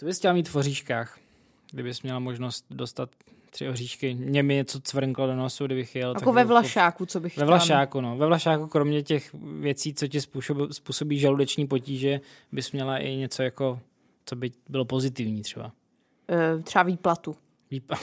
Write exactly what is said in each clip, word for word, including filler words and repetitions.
Co bys chtěla mít v oříškách, kdybys měla možnost dostat tři oříšky? Mě mi něco cvrnklo do nosu, kdybych jel. Jako ve vlašáku, co bych chtěla. Ve vlašáku, no. Ve vlašáku, kromě těch věcí, co ti způsobí, způsobí žaludeční potíže, bys měla i něco jako, co by bylo pozitivní třeba. Uh, třeba výplatu. Výpa...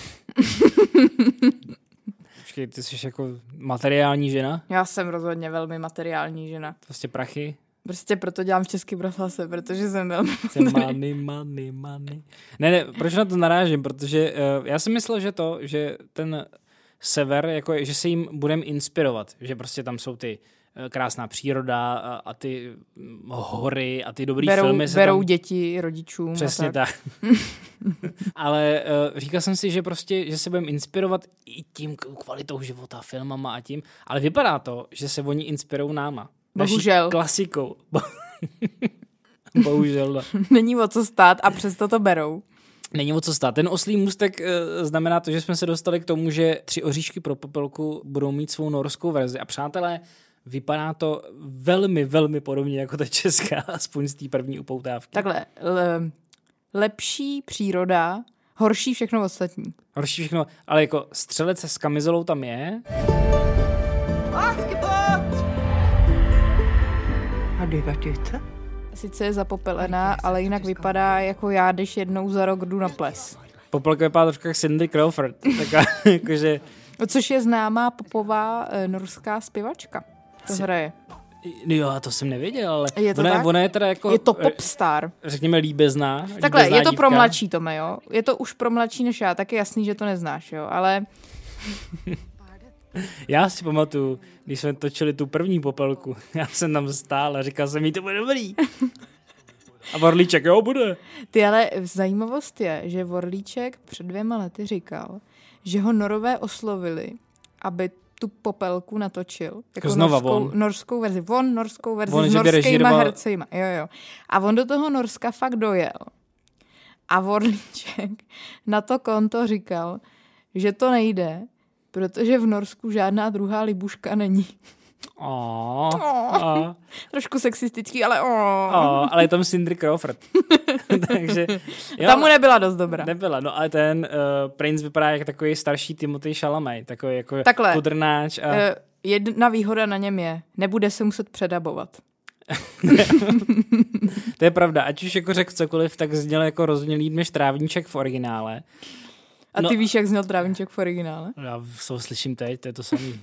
Počkej, ty jsi jako materiální žena? Já jsem rozhodně velmi materiální žena. Prostě prachy? Prostě proto dělám v Českém rozhlase, protože jsem velmi money, money, money. Ne, ne, proč na to narážím? Protože uh, já jsem myslel, že to, že ten sever, jako, že se jim budeme inspirovat, že prostě tam jsou ty uh, krásná příroda a, a ty hory a ty dobrý berou, filmy. Berou tam... děti rodičům. Přesně tak. tak. Ale uh, říkal jsem si, že prostě, že se budeme inspirovat i tím kvalitou života, filmama a tím, ale vypadá to, že se oni inspirují náma. Bohužel. Klasikou. Bohužel. No. Není o co stát a přesto to berou. Není o co stát. Ten oslý můstek e, znamená to, že jsme se dostali k tomu, že tři oříšky pro popelku budou mít svou norskou verzi. A přátelé, vypadá to velmi, velmi podobně jako ta česká, aspoň z té první upoutávky. Takhle, le, lepší příroda, horší všechno ostatní. Horší všechno, ale jako střelec s kamizolou tam je. Sice je zapopelená, ale jinak vypadá jako já, když jednou za rok jdu na ples. Popelka vypadá trošku jak Cindy Crawford. Taká, jakože... Což je známá popová e, norská zpěvačka. To Si... hraje. Jo, to jsem nevěděl, ale je to, ona, tak? ona je teda jako... Je to popstar. Řekněme líbezná. Takhle, líbezná je to dívka. pro mladší, Tome, jo? Je to už pro mladší než já, tak je jasný, že to neznáš, jo? Ale... Já si pamatuju, když jsme točili tu první popelku, já jsem tam stál a říkal jsem jí, to bude dobrý. A Vorlíček, jo, bude. Ty, ale zajímavost je, že Vorlíček před dvěma lety říkal, že ho Norové oslovili, aby tu popelku natočil. Jako znova norskou, on. norskou verzi. On norskou verzi on, s norskýma režíroval... hercejma. Jo, jo. A on do toho Norska fakt dojel. A Vorlíček na to konto říkal, že to nejde, protože v Norsku žádná druhá Libuška není. Oh, oh. Oh. Trošku sexistický, ale oh. Oh, ale je tam Cindy Crawford. Takže, jo, tam mu nebyla dost dobrá. Nebyla, no ale ten uh, princ vypadá jako takový starší Timothée Chalamet, takový jako takhle, kudrnáč. A... Uh, jedna výhoda na něm je, nebude se muset předabovat. To je pravda, ať už jako řekl cokoliv, tak zněl jako rozhodně líp než Trávníček v originále. A no, ty víš, jak zněl Trávníček v originále? Já to slyším teď, to je to samý.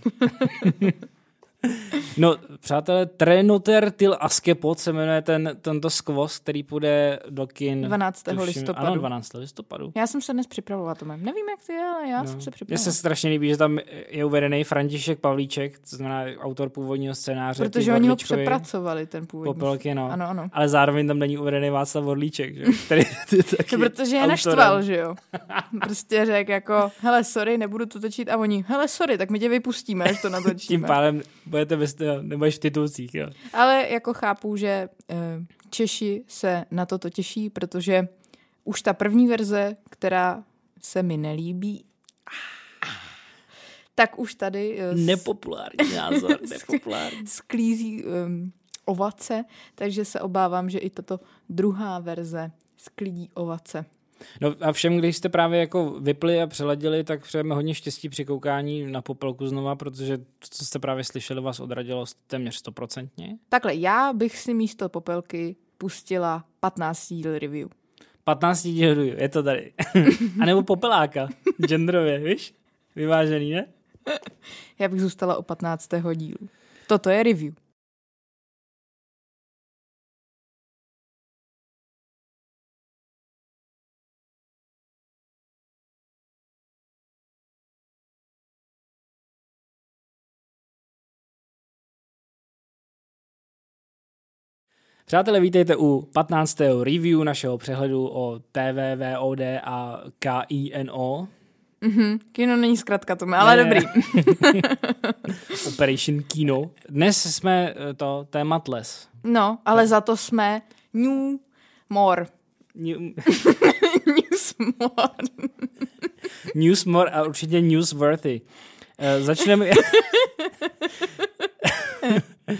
No, přátelé, Trenoter til Askepot se jmenuje ten, tento skvost, který půjde do kin... dvanáctého listopadu. Ano, dvanáctého listopadu. Já jsem se dnes připravovala, Tome. Nevím, jak ty je, ale já no. jsem se připravovala. Mně se strašně líbí, že tam je uvedený František Pavlíček, to znamená autor původního scénáře. Protože oni ho přepracovali, ten původní. Popelky, no. Ano, ano. Ale zároveň tam není uvedený Václav Vorlíček, že? Který je taky protože je naštval, že jo. Prostě řekl jako, hele, sorry, nebudu to točit. A oni, hele, sorry, tak my tě vypustíme, až to natočíme. Tím pádem budete bez toho, nebudeš v titulcích, jo. Ale jako chápu, že Češi se na toto těší, protože už ta první verze, která se mi nelíbí, tak už tady... Nepopulární názor, nepopulární. Sklízí um, ovace, takže se obávám, že i tato druhá verze sklidí ovace. No a všem, když jste právě jako vypli a přeladili, tak přejeme hodně štěstí při koukání na popelku znova, protože to, co jste právě slyšeli, vás odradilo téměř stoprocentně. Takhle, já bych si místo popelky pustila patnáct díl review. patnáct díl review, je to tady. A nebo popeláka, genderově, víš? Vyvážený, ne? Já bych zůstala o patnáctého dílu. Toto je review. Přátelé, vítejte u patnáctého review našeho přehledu o T V, V O D a K I N O. Mhm, kino není zkratka, Tome, ale ne, dobrý. Operation Kino. Dnes jsme to tématless. No, ale tak. Za to jsme new more. New... News more. News more a určitě newsworthy. Uh, začneme...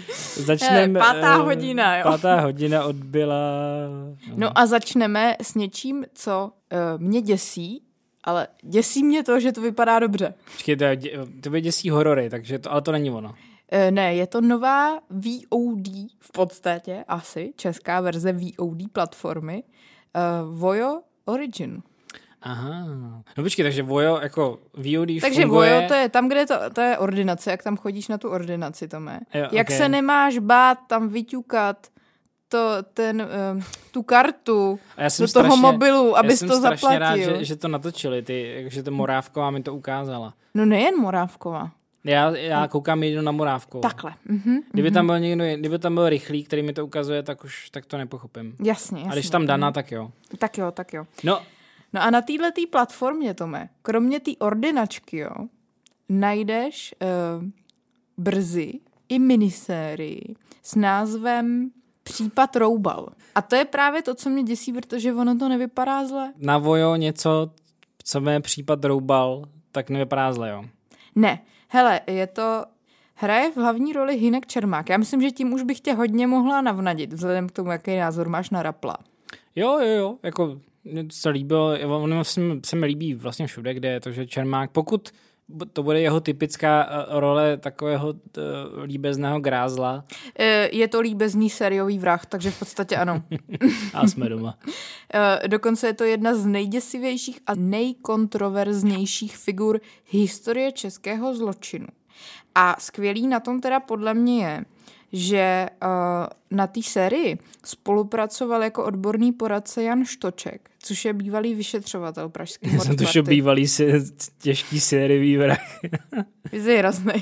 začneme... Pátá hodina, jo. Pátá hodina odbyla... No. no a začneme s něčím, co uh, mě děsí, ale děsí mě to, že to vypadá dobře. Počkej, to, to by děsí horory, takže to, ale to není ono. Uh, ne, je to nová V O D v podstatě, asi, česká verze V O D platformy, uh, Vojo Origin. Aha. No počkej, takže Vojo jako V O D takže funguje... Vojo to je tam, kde to, to je ordinace, jak tam chodíš na tu ordinaci, Tome. Jo, jak okay. se nemáš bát tam vyťukat to, ten, uh, tu kartu do strašně, toho mobilu, abys to zaplatil. Já jsem strašně rád, že, že to natočili, ty, že to Morávková mi to ukázala. No nejen Morávková. Já, já koukám jedno na Morávkovou. Takhle. Mm-hmm, kdyby, tam byl někdo, kdyby tam byl rychlý, který mi to ukazuje, tak už tak to nepochopím. Jasně, jasně. A když tam Dana, tak jo. Tak jo, tak jo. No, no a na této platformě, Tome, kromě té ordinačky, jo, najdeš uh, brzy i minisérii s názvem Případ Roubal. A to je právě to, co mě děsí, protože ono to nevypadá zle. Na Vojo něco, co mě případ Roubal, tak nevypadá zle, jo? Ne. Hele, je to... Hraje v hlavní roli Hynek Čermák. Já myslím, že tím už bych tě hodně mohla navnadit, vzhledem k tomu, jaký názor máš na Rapla. Jo, jo, jo. Jako mě se líbilo, on se, se mi líbí vlastně všude, kde je to, že Čermák, pokud to bude jeho typická role takového uh, líbezného grázla. Je to líbezný sériový vrah, takže v podstatě ano. A jsme doma. Dokonce je to jedna z nejděsivějších a nejkontroverznějších figur historie českého zločinu. A skvělý na tom teda podle mě je, že uh, na té sérii spolupracoval jako odborný poradce Jan Štoček, což je bývalý vyšetřovatel pražský Já jsem tušil bývalý si, těžký sériový vrah. Jsi hroznej.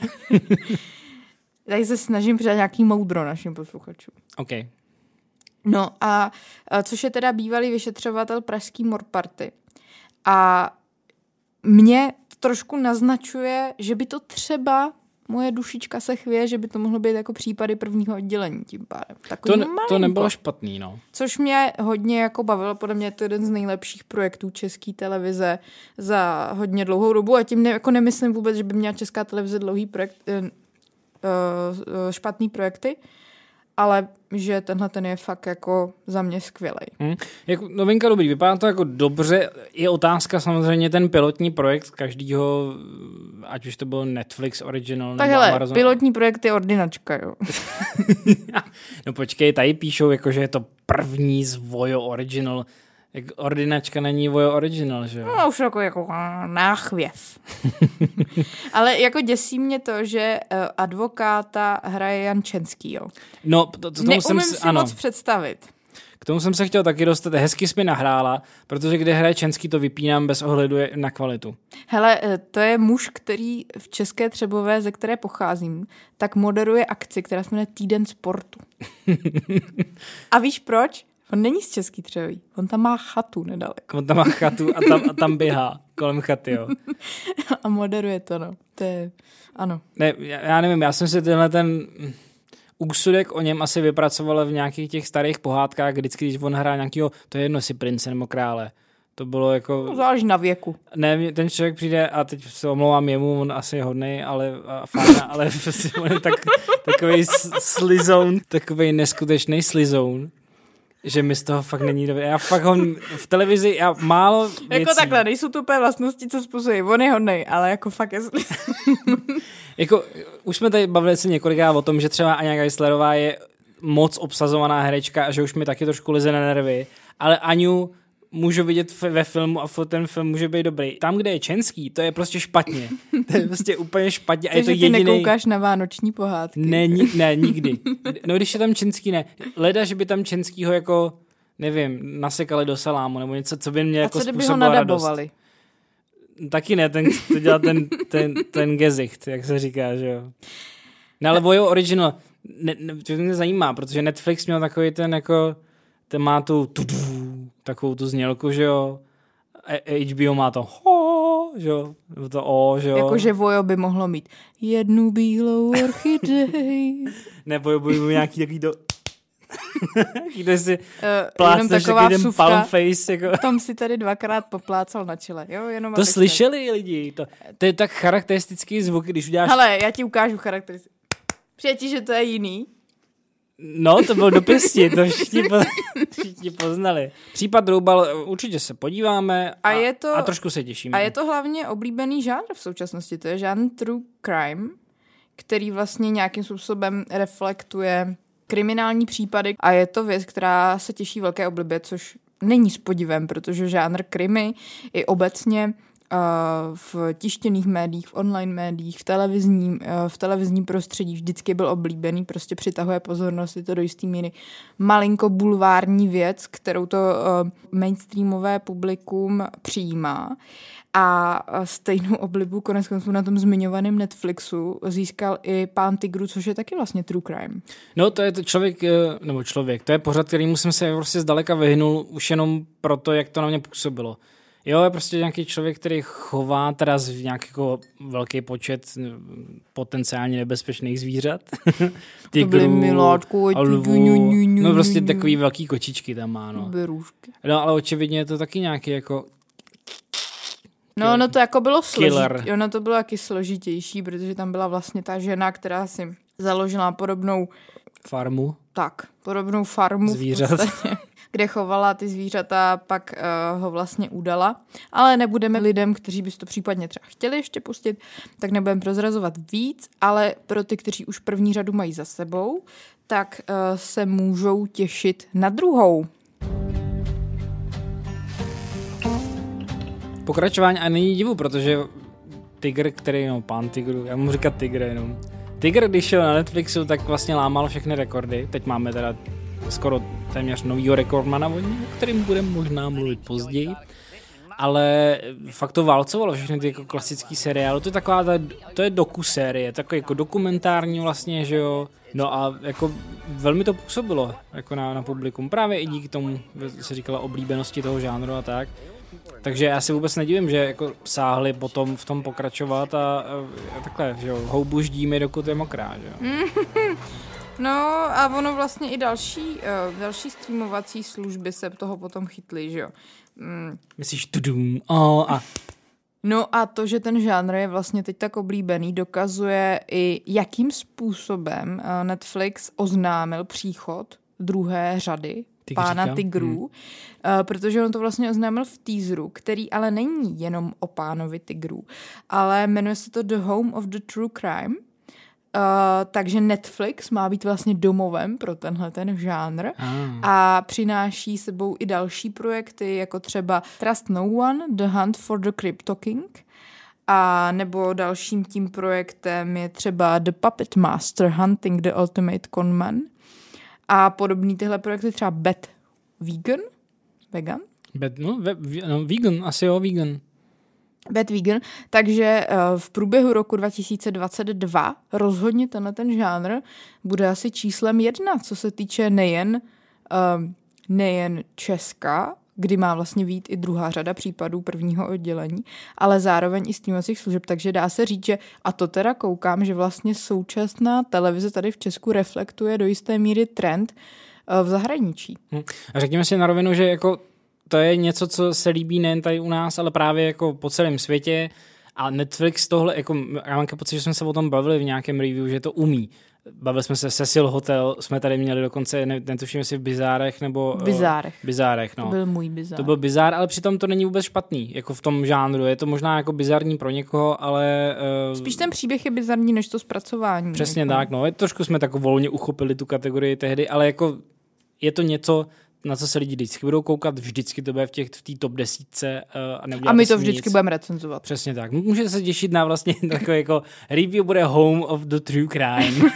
Tady se snažím přidat nějaký moudro našim posluchačům. OK. No a uh, což je teda bývalý vyšetřovatel pražský Morparty. A mě trošku naznačuje, že by to třeba moje dušička se chvěje, že by to mohlo být jako případy prvního oddělení tím pádem. To, ne, to nebylo špatný, no. Což mě hodně jako bavilo, podle mě je to jeden z nejlepších projektů české televize za hodně dlouhou dobu a tím ne, jako nemyslím vůbec, že by měla česká televize dlouhý projekt, uh, uh, špatný projekty, ale že tenhle ten je fakt jako za mě skvělej. Hmm. Jako novinka dobrý, vypadá to jako dobře. Je otázka samozřejmě ten pilotní projekt každýho, ať už to byl Netflix original. Tak nebo hele, Amazon. Pilotní projekt je ordinačka, jo. No počkej, tady píšou, jako, že je to první z Vojo original. Jak ordinačka není Vojo original, že jo? No už jako, jako náchvěv. Ale jako děsí mě to, že uh, advokáta hraje Jan Čenský, jo. No, to, to tomu Neumím jsem si ano. moc představit. K tomu jsem se chtěl taky dostat. Hezky jsi mi nahrála, protože kde hraje Čenský, to vypínám bez ohledu na kvalitu. Hele, to je muž, který v České Třebové, ze které pocházím, tak moderuje akci, která se jmenuje Týden sportu. A víš proč? On není z Český Třebový. On tam má chatu nedaleko. On tam má chatu a tam, a tam běhá kolem chaty, jo. A moderuje to, no. To je, ano. Ne, já, já nevím, já jsem si tenhle ten úsudek o něm asi vypracoval v nějakých těch starých pohádkách, vždycky, když on hrál nějakýho, to je jedno, si prince nebo krále. To bylo jako... No, záleží na věku. Ne, ten člověk přijde a teď se omlouvám jemu, on asi je hodnej, ale a fajn, ale on je tak, takovej slizoun, takovej neskutečný slizoun, že mi z toho fakt není dobrý. Já fakt ho v televizi, já málo věcí... Jako takhle, nejsou to úplně vlastnosti, co způsobí. On je hodnej, ale jako fakt je Jako, už jsme tady bavili se několikrát o tom, že třeba Aňa Geislerová je moc obsazovaná herečka a že už mi taky trošku lize na nervy, ale Aňu můžu vidět ve filmu a ten film může být dobrý. Tam, kde je Čenský, to je prostě špatně. To je prostě úplně špatně. A je to Takže jediný... ty nekoukáš na vánoční pohádky. Ne, ni, ne, nikdy. No když je tam Čenský, ne. Leda, že by tam Čenskýho jako, nevím, nasekali do salámu, nebo něco, co by mě jako způsobilo radost. A co by ho nadabovali? Taky ne, ten, to dělá ten, ten, ten gezicht, jak se říká, že jo. No ale Vojo original, ne, ne, to mě zajímá, protože Netflix měl takový ten jako, ten má tu tudu, takovou tu znělku, že jo. H B O má to ho, že jo, nebo to o, že jo. Jakože Vojo by mohlo mít jednu bílou orchidej. Ne, Vojo by byl nějaký takový do... Kde si uh, plácneš takový ten palm face. Jako. Tom si tady dvakrát poplácal na čele. Jo, jenom to slyšeli lidi. To, to je tak charakteristický zvuk, když uděláš... Hele, já ti ukážu charakteristický. Přijde ti, že to je jiný? No, to bylo do pěsti, to všichni, po, všichni poznali. Případ Roubal, určitě se podíváme a, a, je to, a trošku se těšíme. A je to hlavně oblíbený žánr v současnosti, to je žánr true crime, který vlastně nějakým způsobem reflektuje kriminální případy a je to věc, která se těší velké oblibě, což není s podivem, protože žánr krimi i obecně v tištěných médiích, v online médiích, v televizním, v televizním prostředí vždycky byl oblíbený, prostě přitahuje pozornost, je to do jistý míry malinko bulvární věc, kterou to mainstreamové publikum přijímá. A stejnou oblibu konec konců na tom zmiňovaném Netflixu získal i Pán tygru, což je taky vlastně true crime. No to je to člověk, nebo člověk, to je pořad, kterýmu jsem se prostě zdaleka vyhnul už jenom proto, jak to na mě působilo. Jo, je prostě nějaký člověk, který chová teda nějaký jako velký počet potenciálně nebezpečných zvířat. Tygrů, a lvů, no prostě takový velký kočičky tam má, no. Berůžky. No, ale očividně je to taky nějaký jako... No, ono to jako bylo složitější. Ono to bylo taky složitější, protože tam byla vlastně ta žena, která si založila podobnou... Farmu. Tak, podobnou farmu. Zvířat. V podstatě, kde chovala ty zvířata, pak uh, ho vlastně udala. Ale nebudeme lidem, kteří by to případně třeba chtěli ještě pustit, tak nebudeme prozrazovat víc, ale pro ty, kteří už první řadu mají za sebou, tak uh, se můžou těšit na druhou. Pokračování a není divu, protože tygr, který, no pán tygru, já mu říkat tygr jenom. Tygr, když šel na Netflixu, tak vlastně lámal všechny rekordy. Teď máme teda skoro téměř novýho rekordmana, o kterým budeme možná mluvit později. Ale fakt to válcovalo všechny ty jako klasický seriály. To je taková, ta, to je dokusérie, takový jako dokumentární vlastně, že jo. No a jako velmi to působilo jako na, na publikum. Právě i díky tomu, se říkala, oblíbenosti toho žánru a tak. Takže já si vůbec nedivím, že jako sáhli potom v tom pokračovat a, a takhle, že jo, houbu ždíme, dokud je mokrá, že jo. No a ono vlastně i další, uh, další streamovací služby se toho potom chytly, že jo. Mm. Myslíš tudum, oh, a... No a to, že ten žánr je vlastně teď tak oblíbený, dokazuje i jakým způsobem uh, Netflix oznámil příchod druhé řady Pána tygrů, hmm. uh, protože on to vlastně oznámil v teaseru, který ale není jenom o pánovi tygrů, ale jmenuje se to The Home of the True Crime, uh, takže Netflix má být vlastně domovem pro tenhle ten žánr ah. a přináší sebou i další projekty, jako třeba Trust No One, The Hunt for the Crypto King, a nebo dalším tím projektem je třeba The Puppet Master Hunting the Ultimate Conman. A podobný tyhle projekty třeba Bad Vegan? Vegan? Bad, no, ve, no, vegan, asi jo, vegan. Bad Vegan. Takže uh, v průběhu roku dva tisíce dvacet dva rozhodně tenhle ten žánr bude asi číslem jedna, co se týče nejen, uh, nejen Česka, kdy má vlastně vyjít i druhá řada případů prvního oddělení, ale zároveň i streamovacích služeb, takže dá se říct, že a to teda koukám, že vlastně současná televize tady v Česku reflektuje do jisté míry trend v zahraničí. Hmm. A řekněme si na rovinu, že jako to je něco, co se líbí nejen tady u nás, ale právě jako po celém světě a Netflix tohle, jako já mám pocit, že jsme se o tom bavili v nějakém review, že to umí. Bavili jsme se Cecil Hotel, jsme tady měli dokonce, ne, netuším, jestli v Bizárech nebo... Bizárech. Bizárech, no. To byl můj bizár. To byl bizár, ale přitom to není vůbec špatný, jako v tom žánru. Je to možná jako bizarní pro někoho, ale... Uh, Spíš ten příběh je bizarní, než to zpracování. Přesně jako. tak, no. Trošku jsme tak volně uchopili tu kategorii tehdy, ale jako je to něco, na co se lidi vždycky budou koukat, vždycky to bude v těch v té top desítce uh, a A my to vždycky nic. budeme recenzovat. Přesně tak. Můžete se těšit na vlastně takové jako review bude Home of the True Crime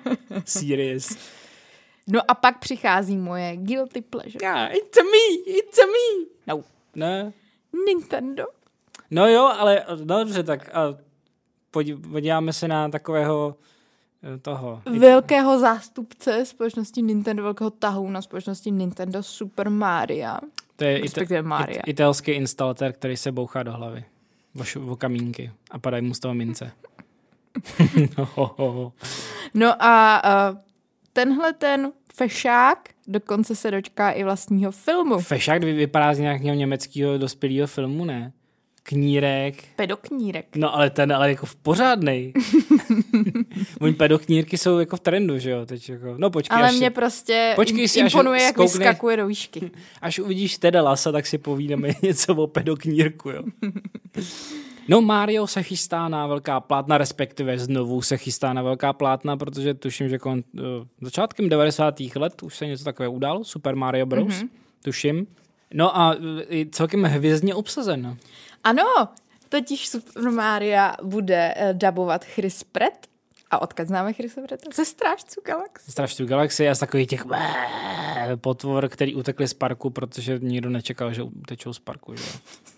series. No a pak přichází moje guilty pleasure. Yeah, it's a me, it's a me. No. Ne. Nintendo. No jo, ale dobře, tak a podíváme se na takového toho. Velkého zástupce společnosti Nintendo, velkého tahu na společnosti Nintendo Super Mario. To je ita- Mario. It- italský instalatér, který se bouchá do hlavy. O, o kamínky a padají mu z toho mince. No a uh, tenhle ten fešák dokonce se dočká i vlastního filmu. Fešák vypadá z nějakého německého dospělého filmu, ne? knírek. Pedoknírek. No ale ten, ale jako v pořádnej. Oni pedoknírky jsou jako v trendu, že jo, teď jako, no počkej. Ale až mě si, prostě počkej si, imponuje, až jak zkoukne, vyskakuje do výšky. Až uvidíš Teda Lassa, tak si povídáme něco o pedoknírku, jo. No Mario se chystá na velká plátna, respektive znovu se chystá na velká plátna, protože tuším, že kon, uh, začátkem devadesátých let už se něco takové událo, Super Mario Bros. Mm-hmm. Tuším. No a je celkem hvězdně obsazen. Ano, totiž Super Mario bude uh, dabovat Chris Pratt. A odkud známe Chrisa Pratta? Ze Strážců galaxie. Strážců galaxie a z takových těch potvor, který utekli z parku, protože nikdo nečekal, že utečou z parku, že jo.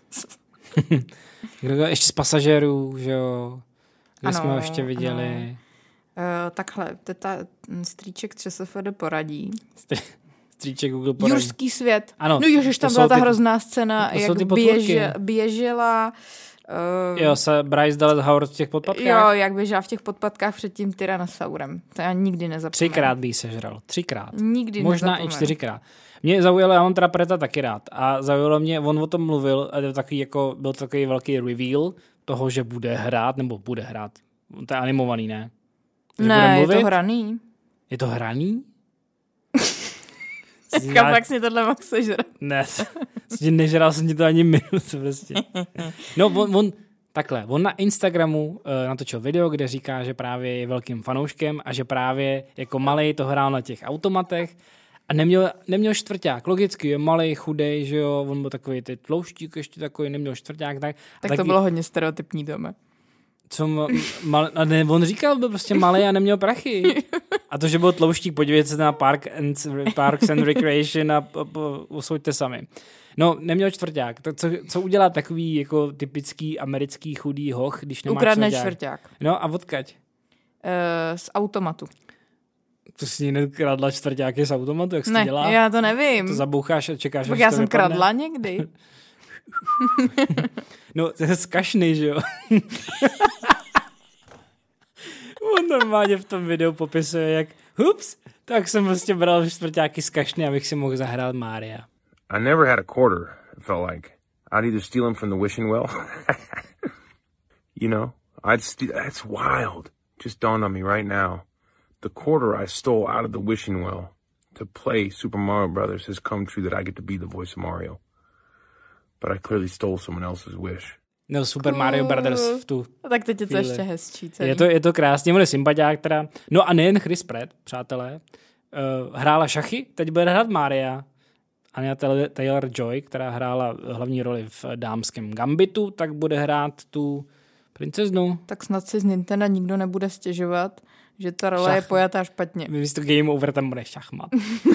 Kdo, ještě z Pasažérů, že jo. Kde ano, jsme ho ještě viděli. Uh, takhle, teta strýček ČSFD poradí. Stříček Google poradí. Jurský svět. Ano, no jožiš, tam byla ta ty, hrozná scéna, jak běže, běžela. Uh, jo, se Bryce Dallas Howard v těch podpatkách. Jo, jak běžela v těch podpatkách před tím Tyrannosaurem. To já nikdy nezapomenu. Třikrát by jí sežral. Třikrát. Nikdy Možná nezapomenu. i čtyřikrát. Mě zaujalo, já mám teda Preta taky rád. A zaujalo mě, on o tom mluvil, a to takový jako, byl takový velký reveal toho, že bude hrát, nebo bude hrát. To je animovaný, ne? Že ne, je to hraný. Je to hraný? Kam pak si tohle mohl sežrat? Ne, nežral jsem ti to ani minut, prostě. No, on, on, takhle, on na Instagramu uh, natočil video, kde říká, že právě je velkým fanouškem a že právě jako malej to hrál na těch automatech a neměl, neměl čtvrťák. Logicky je malej, chudej, že jo, on byl takový ty tlouštík, ještě takový, neměl čtvrťák. Tak, tak a to taky, bylo hodně stereotypní doma. Co mal, a ne, on říkal, byl prostě malej a neměl prachy. A to, že byl tlouštík, podívejte se na Park and, Parks and Recreation a, a, a usouďte sami. No, neměl čtvrťák. To, co, co udělá takový jako typický americký chudý hoch, když nemá Ukradne čtvrťák? čtvrťák. No a odkaď? Uh, z automatu. To si nekradla čtvrťáky z automatu, jak jsi ne, to dělá? Já to nevím. To zaboucháš a čekáš, tak až já to jsem vypadne? kradla někdy. No, to je z kašny, že jo? On normálně v tom videu popisuje, jak hups, tak jsem prostě bral čtvrťáky z kašny, abych si mohl zahrát Mária. I never had a quarter, it felt like. I'd either steal him from the wishing well. You know, I'd steal, that's wild. Just dawned on me right now. The quarter I stole out of the wishing well to play Super Mario Brothers has come true that I get to be the voice of Mario. But I clearly stole someone else's wish. No, Super cool. Mario Brothers v tu a tak teď je to chvíli. Ještě hezčí celý. Je to, je to krásně, on je sympatiák teda. No a nejen Chris Pratt, přátelé, uh, hrála šachy, teď bude hrát Mária. Anya Taylor-Joy, která hrála hlavní roli v dámském Gambitu, tak bude hrát tu princeznu. Tak snad si z Nintendo nikdo nebude stěžovat, že ta role Šach. je pojatá špatně. Místo Game Over tam bude šachmat.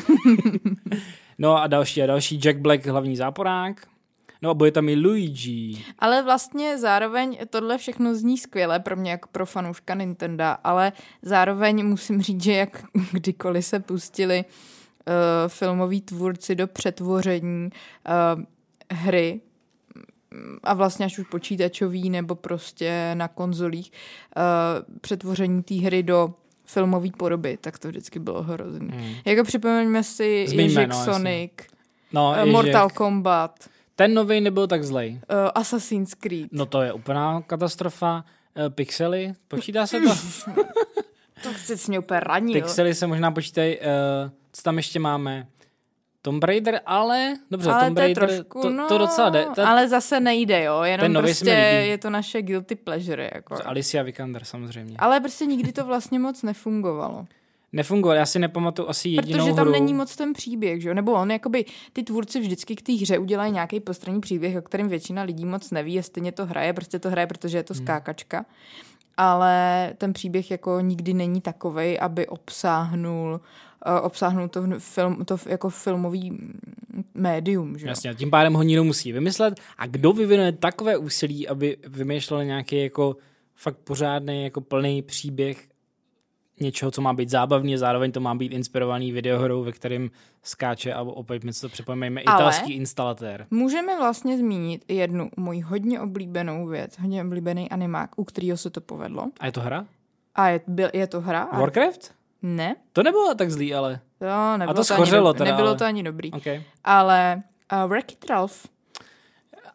No a další a další Jack Black, hlavní záporák. No a bude tam i Luigi. Ale vlastně zároveň tohle všechno zní skvěle pro mě jako pro fanouška Nintendo, ale zároveň musím říct, že jak kdykoliv se pustili uh, filmoví tvůrci do přetvoření uh, hry a vlastně až už počítačový nebo prostě na konzolích uh, přetvoření té hry do filmové podoby, tak to vždycky bylo hrozný. Hmm. Jako připomeňme si Ježek no, Sonic, no, uh, Mortal Kombat. Ten nový nebyl tak zlej. Uh, Assassin's Creed. No to je úplná katastrofa. Uh, pixely, počítá se to? To chci s mě úplně ranil. Pixely se možná počítají, uh, co tam ještě máme? Tomb Raider, ale dobře, ale Tomb to Raider, trošku, to, no, to docela jde. To, ale zase nejde, jo, jenom prostě je, je to naše guilty pleasure. Jako. Alicia Vikander samozřejmě. Ale prostě nikdy to vlastně moc nefungovalo. Nefungoval, já si nepamatuju asi jedinou hru. Protože tam hru. Není moc ten příběh, že jo? Nebo on, jakoby, ty tvůrci vždycky k té hře udělají nějaký postranní příběh, o kterém většina lidí moc neví, a stejně to hraje, prostě to hraje, protože je to hmm. skákačka. Ale ten příběh jako nikdy není takovej, aby obsáhnul, uh, obsáhnul to, film, to jako filmový médium, že jo? Jasně, tím pádem ho nikdo musí vymyslet. A kdo vyvinuje takové úsilí, aby vymýšlel nějaký jako fakt pořádný, jako plný příběh něčeho, co má být zábavný, zároveň to má být inspirovaný videohrou, ve kterém skáče, a opět my si to připomeneme, italský instalatér. Můžeme vlastně zmínit jednu moji hodně oblíbenou věc, hodně oblíbený animák, u kterého se to povedlo. A je to hra? A je, byl, je to hra? Warcraft? Ne. To nebylo tak zlý, ale... To nebylo a to to schořelo ani, teda, nebylo ale... to ani dobrý. Okay. Ale uh, Wreck-It Ralph.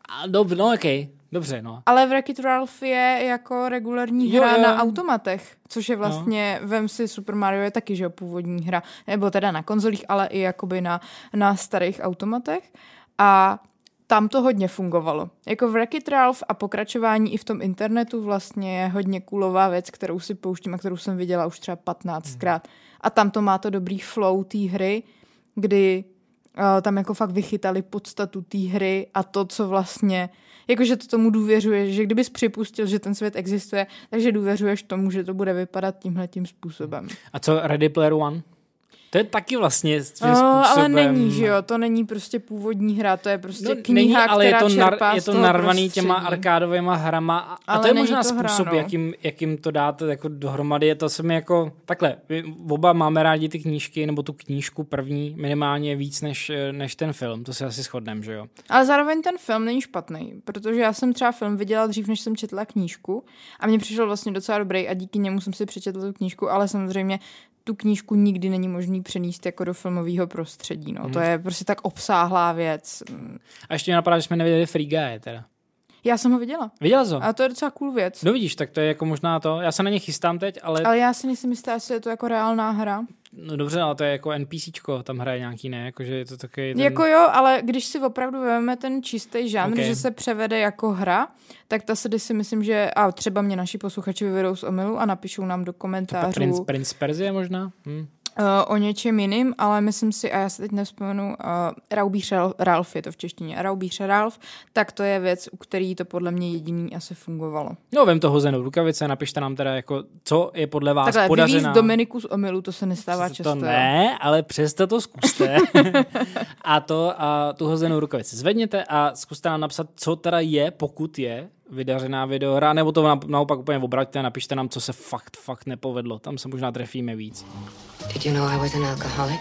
A dob, no okej, okay. Dobře, no. Ale Wreck-It Ralph je jako regulární hra jo, jo. na automatech, což je vlastně, no. Vem si, Super Mario je taky, že jo, původní hra, nebo teda na konzolích, ale i jakoby na, na starých automatech. A tam to hodně fungovalo. Jako Wreck-It Ralph a pokračování i v tom internetu vlastně je hodně coolová věc, kterou si pouštím a kterou jsem viděla už třeba patnáctkrát. A tam to má to dobrý flow té hry, kdy uh, tam jako fakt vychytali podstatu té hry a to, co vlastně, jakože to tomu důvěřuješ, že kdybys připustil, že ten svět existuje, takže důvěřuješ tomu, že to bude vypadat tímhletím způsobem. A co Ready Player One? To je taky vlastně svým no, způsobem. Ale není, že jo, to není prostě původní hra, to je prostě no, kniha, není, ale která je to, nar, čerpá je to z toho narvaný prostředí. těma arkádovýma hrama a, a to je možná to způsob, hra, no. jakým, jakým to dáte jako dohromady. Je to se mi jako, takhle, oba máme rádi ty knížky, nebo tu knížku první minimálně víc než, než ten film, to se asi shodneme, že jo. Ale zároveň ten film není špatný, protože já jsem třeba film viděla dřív, než jsem četla knížku a mně přišel vlastně docela dobrý a díky němu jsem si přečetla tu knížku, ale samozřejmě tu knížku nikdy není možný přenést jako do filmového prostředí. No. Hmm. To je prostě tak obsáhlá věc. A ještě mě napadá, že jsme neviděli Free Guy teda. Já jsem ho viděla. Viděla jsi ho? A to je docela cool věc. No vidíš, tak to je jako možná to. Já se na ně chystám teď, ale... Ale já si nejsem jistá, jestli je to jako reálná hra. No dobře, ale to je jako NPCčko, tam hraje nějaký, ne? Jakože je to takový... Ten... Jako jo, ale když si opravdu vezmeme ten čistý žánr, okay. že se převede jako hra, tak ta se si myslím, že... A třeba mě naši posluchači vyvedou z omylu a napíšou nám do komentářů... Prince, Prince Perzie možná? Hm. Uh, o něčem jiným, ale myslím si, a já se teď nevzpomenu, uh, Raubíř Ralf je to v češtině, Raubíř Ralf, tak to je věc, u který to podle mě jediný asi fungovalo. No, vem to hozenou rukavice, napište nám teda, jako, co je podle vás takhle, podařená. Takhle, vyvízt Dominiku z omylu, to se nestává přesto často. To ne, ale přesto to zkuste. a to a tu hozenou rukavici zvedněte a zkuste nám napsat, co teda je, pokud je vydařená videohra, nebo to na, naopak úplně obraťte a napište nám, co se fakt, fakt nepovedlo. Tam se možná trefíme víc. Did you know I was an alcoholic?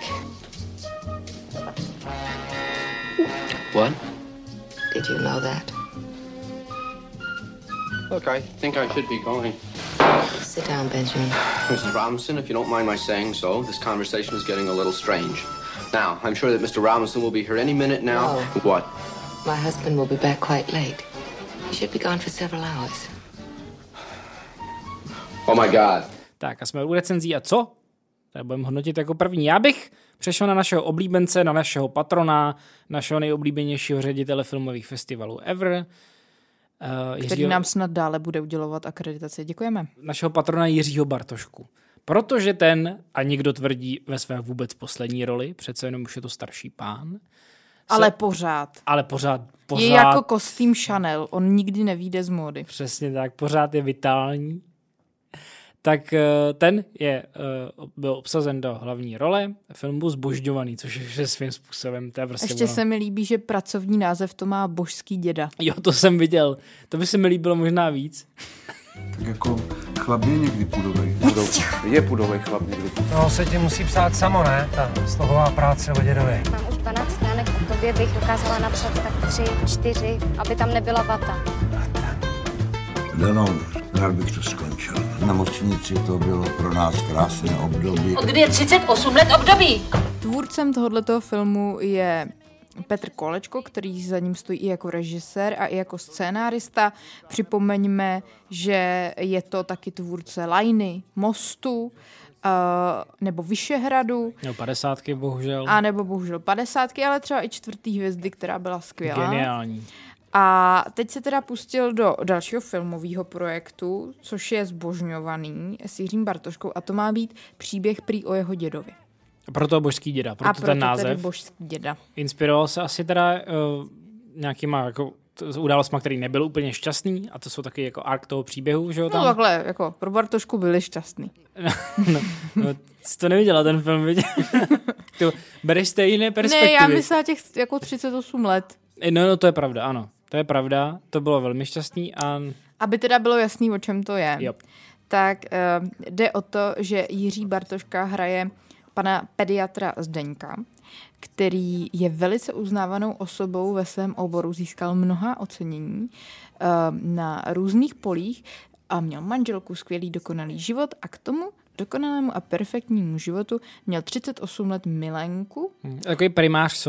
What? Did you know that? Look, I think I should be going. Sit down, Benjamin. Missus Robinson, if you don't mind my saying so, this conversation is getting a little strange. Now, I'm sure that Mister Robinson will be here any minute now. No. What? My husband will be back quite late. He should be gone for several hours. Oh my God. Tak a jsme u recenzí a co? Tak budeme hodnotit jako první. Já bych přešel na našeho oblíbence, na našeho patrona, našeho nejoblíbenějšího ředitele filmových festivalů ever. Uh, Který Jiřího, nám snad dále bude udělovat akreditaci. Děkujeme. Našeho patrona Jiřího Bartošku. Protože ten, a někdo tvrdí ve své vůbec poslední roli, přece jenom už je to starší pán. Se, ale pořád. Ale pořád, pořád. Je jako kostým Chanel, on nikdy nevyjde z módy. Přesně tak, pořád je vitální. Tak ten je, byl obsazen do hlavní role filmu Zbožďovaný, což je svým způsobem. To je prostě Ještě bylo... se mi líbí, že pracovní název to má Božský děda. Jo, to jsem viděl. To by se mi líbilo možná víc. Tak jako chlap je někdy pudovej. Je pudovej chlap někdy. No, se ti musí psát samo, ne? Ta slohová práce o dědovi. Mám už dvanáct stránek, o tobě bych dokázala napsat tak tři, čtyři, aby tam nebyla vata. Danou, rád bych to skončil. Na Močnici to bylo pro nás krásné období. Od kdy je třicet osm let období? Tvůrcem tohoto filmu je Petr Kolečko, který za ním stojí i jako režisér a i jako scénárista. Připomeňme, že je to taky tvůrce Lajny, Mostu, uh, nebo Vyšehradu. Nebo padesátky, bohužel. A nebo bohužel padesátky, ale třeba i čtvrtý hvězdy, která byla skvělá. Geniální. A teď se teda pustil do dalšího filmového projektu, což je Zbožňovaný s Jiřím Bartoškou a to má být příběh prý o jeho dědovi. A proto Božský děda, proto, a proto ten název. Tedy Božský děda. Inspiroval se asi teda uh, nějakýma jako událostma, který nebyl úplně šťastný a to jsou taky jako ark toho příběhu, že jo tam? No takhle, jako pro Bartošku byli šťastný. no, no, jsi to neviděla ten film, viděl? To bereš z té jiné perspektivy. Ne, já myslela těch jako třicet osm let. No, no, to je pravda, ano. To je pravda, to bylo velmi šťastný a... Aby teda bylo jasný, o čem to je, jo. tak uh, jde o to, že Jiří Bartoška hraje pana pediatra Zdeňka, který je velice uznávanou osobou ve svém oboru, získal mnoha ocenění uh, na různých polích a měl manželku, skvělý dokonalý život a k tomu dokonalému a perfektnímu životu měl třicet osm let milenku. Hmm, takový primář sova.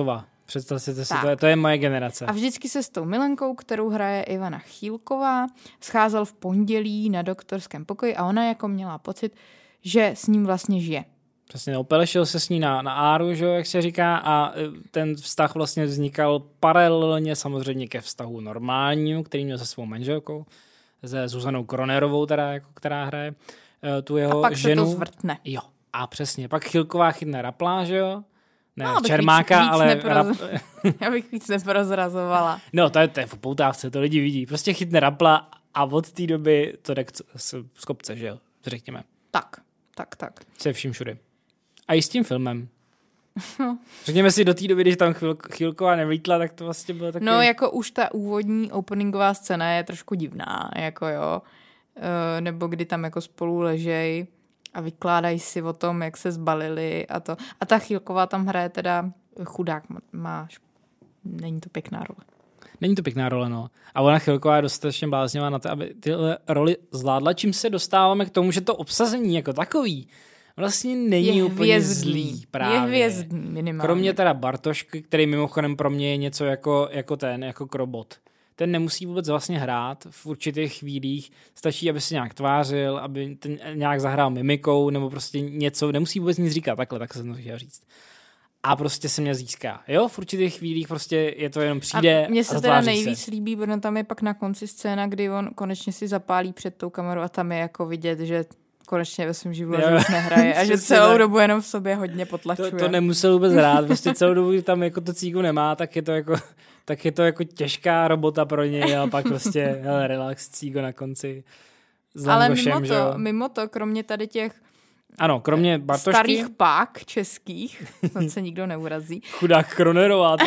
Představ si, to, si to, je, to je moje generace. A vždycky se s tou Milenkou, kterou hraje Ivana Chýlková, scházel v pondělí na doktorském pokoji a ona jako měla pocit, že s ním vlastně žije. Přesně, opelešil se s ní na, na áru, že, jak se říká, a ten vztah vlastně vznikal paralelně samozřejmě ke vztahu normálnímu, který měl se svou manželkou, se Zuzanou Kronerovou, teda, jako, která hraje uh, tu jeho ženu. A pak ženu. se to zvrtne. Jo, a přesně. Pak Chýlková chytne Rapla, že jo? Ne, no, Čermáka, víc, víc ale... Neproz... Rap... Já bych víc neprozrazovala. No, to je, to je v poutávce, to lidi vidí. Prostě chytne Rapla a od té doby to jde z kopce, že jo? Řekněme. Tak, tak, tak. Se vším všude. A i s tím filmem. No. Řekněme si do té doby, když tam chvíl, Chýlková nevlítla, tak to vlastně bylo takový... No, jako už ta úvodní openingová scéna je trošku divná, jako jo. E, nebo kdy tam jako spolu ležej a vykládají si o tom, jak se zbalili a to. A ta Chýlková tam hraje teda chudák, máš. Není to pěkná role. Není to pěkná role, no. A ona Chýlková je dostatečně bláznivá na to, aby tyhle roli zvládla, čím se dostáváme k tomu, že to obsazení jako takový vlastně není je úplně hvězdný. zlý právě. Je hvězdný minimálně. Kromě teda Bartošky, který mimochodem pro mě je něco jako, jako ten, jako Krobot. Ten nemusí vůbec vlastně hrát v určitých chvílích, stačí, aby se nějak tvářil, aby ten nějak zahrál mimikou, nebo prostě něco, nemusí vůbec nic říkat, takhle, tak jsem to chtěl říct. A prostě se mě získá. Jo, v určitých chvílích prostě je to jenom přijde a mně se a teda nejvíc se. líbí, protože tam je pak na konci scéna, kdy on konečně si zapálí před tou kamerou a tam je jako vidět, že konečně ve svém životě už nehraje a že celou tak. dobu jenom v sobě hodně potlačuje. To, to nemusel vůbec hrát, prostě celou dobu tam jako to cíku nemá, tak je to jako, tak je to jako těžká robota pro něj a pak prostě hele, relax cíko na konci. Ale mimo to, jo? mimo to, kromě tady těch ano, kromě Bartošky. Starých pák českých, tam se nikdo neurazí. Chudák Kronerová.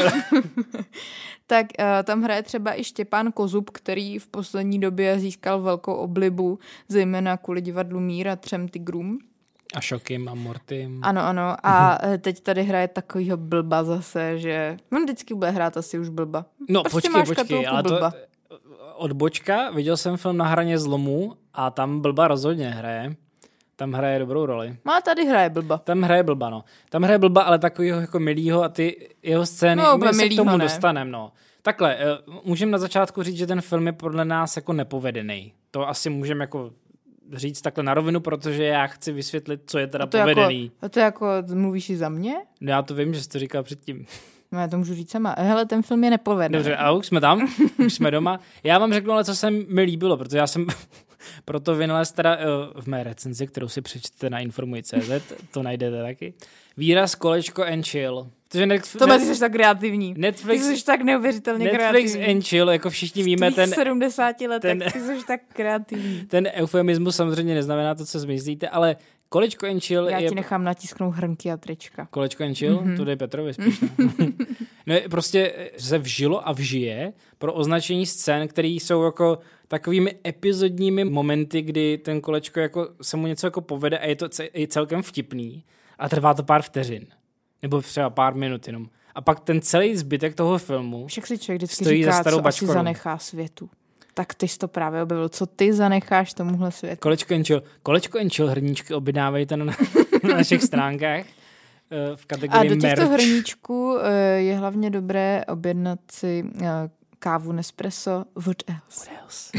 Tak uh, tam hraje třeba i Štěpán Kozub, který v poslední době získal velkou oblibu, zejména kvůli divadlu Mír a Třem tigrům. A Šokim a Mortym. Ano, ano. A teď tady hraje takovýho blba zase, že on vždycky bude hrát asi už blba. No prostě počkej, počkej, ale to od Bočka viděl jsem film Na hraně zlomu a tam blba rozhodně hraje. Tam hraje dobrou roli. No tady hraje blba. Tam hraje blba, no. Tam hraje blba, ale takovýho jako milýho a ty jeho scény, no, my se milýho, k tomu ne. dostaneme, no. Takhle, můžeme na začátku říct, že ten film je podle nás jako nepovedený. To asi můžeme jako říct takhle na rovinu, protože já chci vysvětlit, co je teda a to povedený. Jako, a to jako mluvíš i za mě? No já to vím, že jsi to říkal předtím. No já to můžu říct sama. Hele, ten film je nepovedený. Dobře, a už jsme tam, už jsme doma. Já vám řeknu, ale co se mi líbilo, protože já jsem proto vynalez teda uh, v mé recenzi, kterou si přečtete na informuj tečka cé zet, to najdete taky. Výraz kolečko and chill. Protože Netflix, to mezi jsi tak kreativní. Netflix, ty jsi tak neuvěřitelně Netflix kreativní. Netflix and chill, jako všichni víme, v ten... sedmdesáti letech, ten, ty jsi tak kreativní. Ten eufemismus samozřejmě neznamená to, co zmyslíte, ale kolečko and chill Já je... ti nechám natisknout hrnky a trička. Kolečko and chill? Mm-hmm. To jde Petrovi spíš. No prostě se vžilo a vžije pro označení scén, které jsou jako takovými epizodními momenty, kdy ten kolečko jako se mu něco jako povede a je to celkem vtipný a trvá to pár vteřin. Nebo třeba pár minut jenom. A pak ten celý zbytek toho filmu však si člověk vždycky stojí říká, za starou co bačkou. asi zanechá světu. Tak ty jsi to právě objevil. Co ty zanecháš tomuhle světu? Kolečko and chill. Kolečko and chill hrníčky objednávejte na, na našich stránkách v kategorii merch. A do těchto hrníčků je hlavně dobré objednat si kávu Nespresso. What else? What else?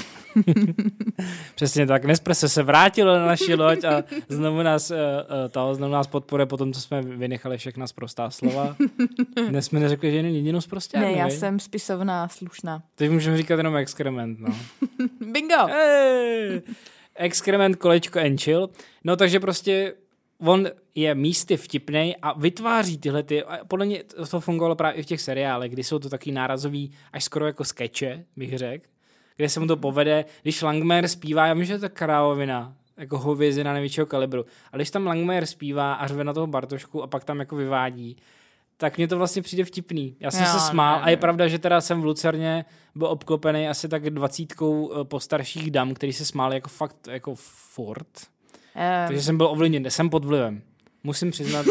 Přesně tak. Nespresso se vrátilo na naši loď a znovu nás, to, znovu nás podporuje po tom, co jsme vynechali všechna sprostá slova. Dnes jsme neřekli, že je jedinou sprostá. Ne, já ne? jsem spisovná, slušná. Teď můžeme říkat jenom exkrement, no. Bingo! Hey! Exkrement, kolečko and chill. No takže prostě on je místy vtipnej a vytváří tyhle ty, a podle mě to fungovalo právě i v těch seriálech, kdy jsou to taky nárazový, až skoro jako skeče, bych řekl, kde se mu to povede, když Langmajer zpívá, já vím, že je to krávovina, jako hovězina největšího kalibru, ale když tam Langmajer zpívá a řve na toho Bartošku a pak tam jako vyvádí, tak mně to vlastně přijde vtipný. Já jsem jo, se smál ne, ne. A je pravda, že teda jsem v Lucerně byl obklopený asi tak dvacítkou postarších dam, který se smáli jako fakt jako furt. Um. Takže jsem byl ovlivněn, jsem pod vlivem. Musím přiznat,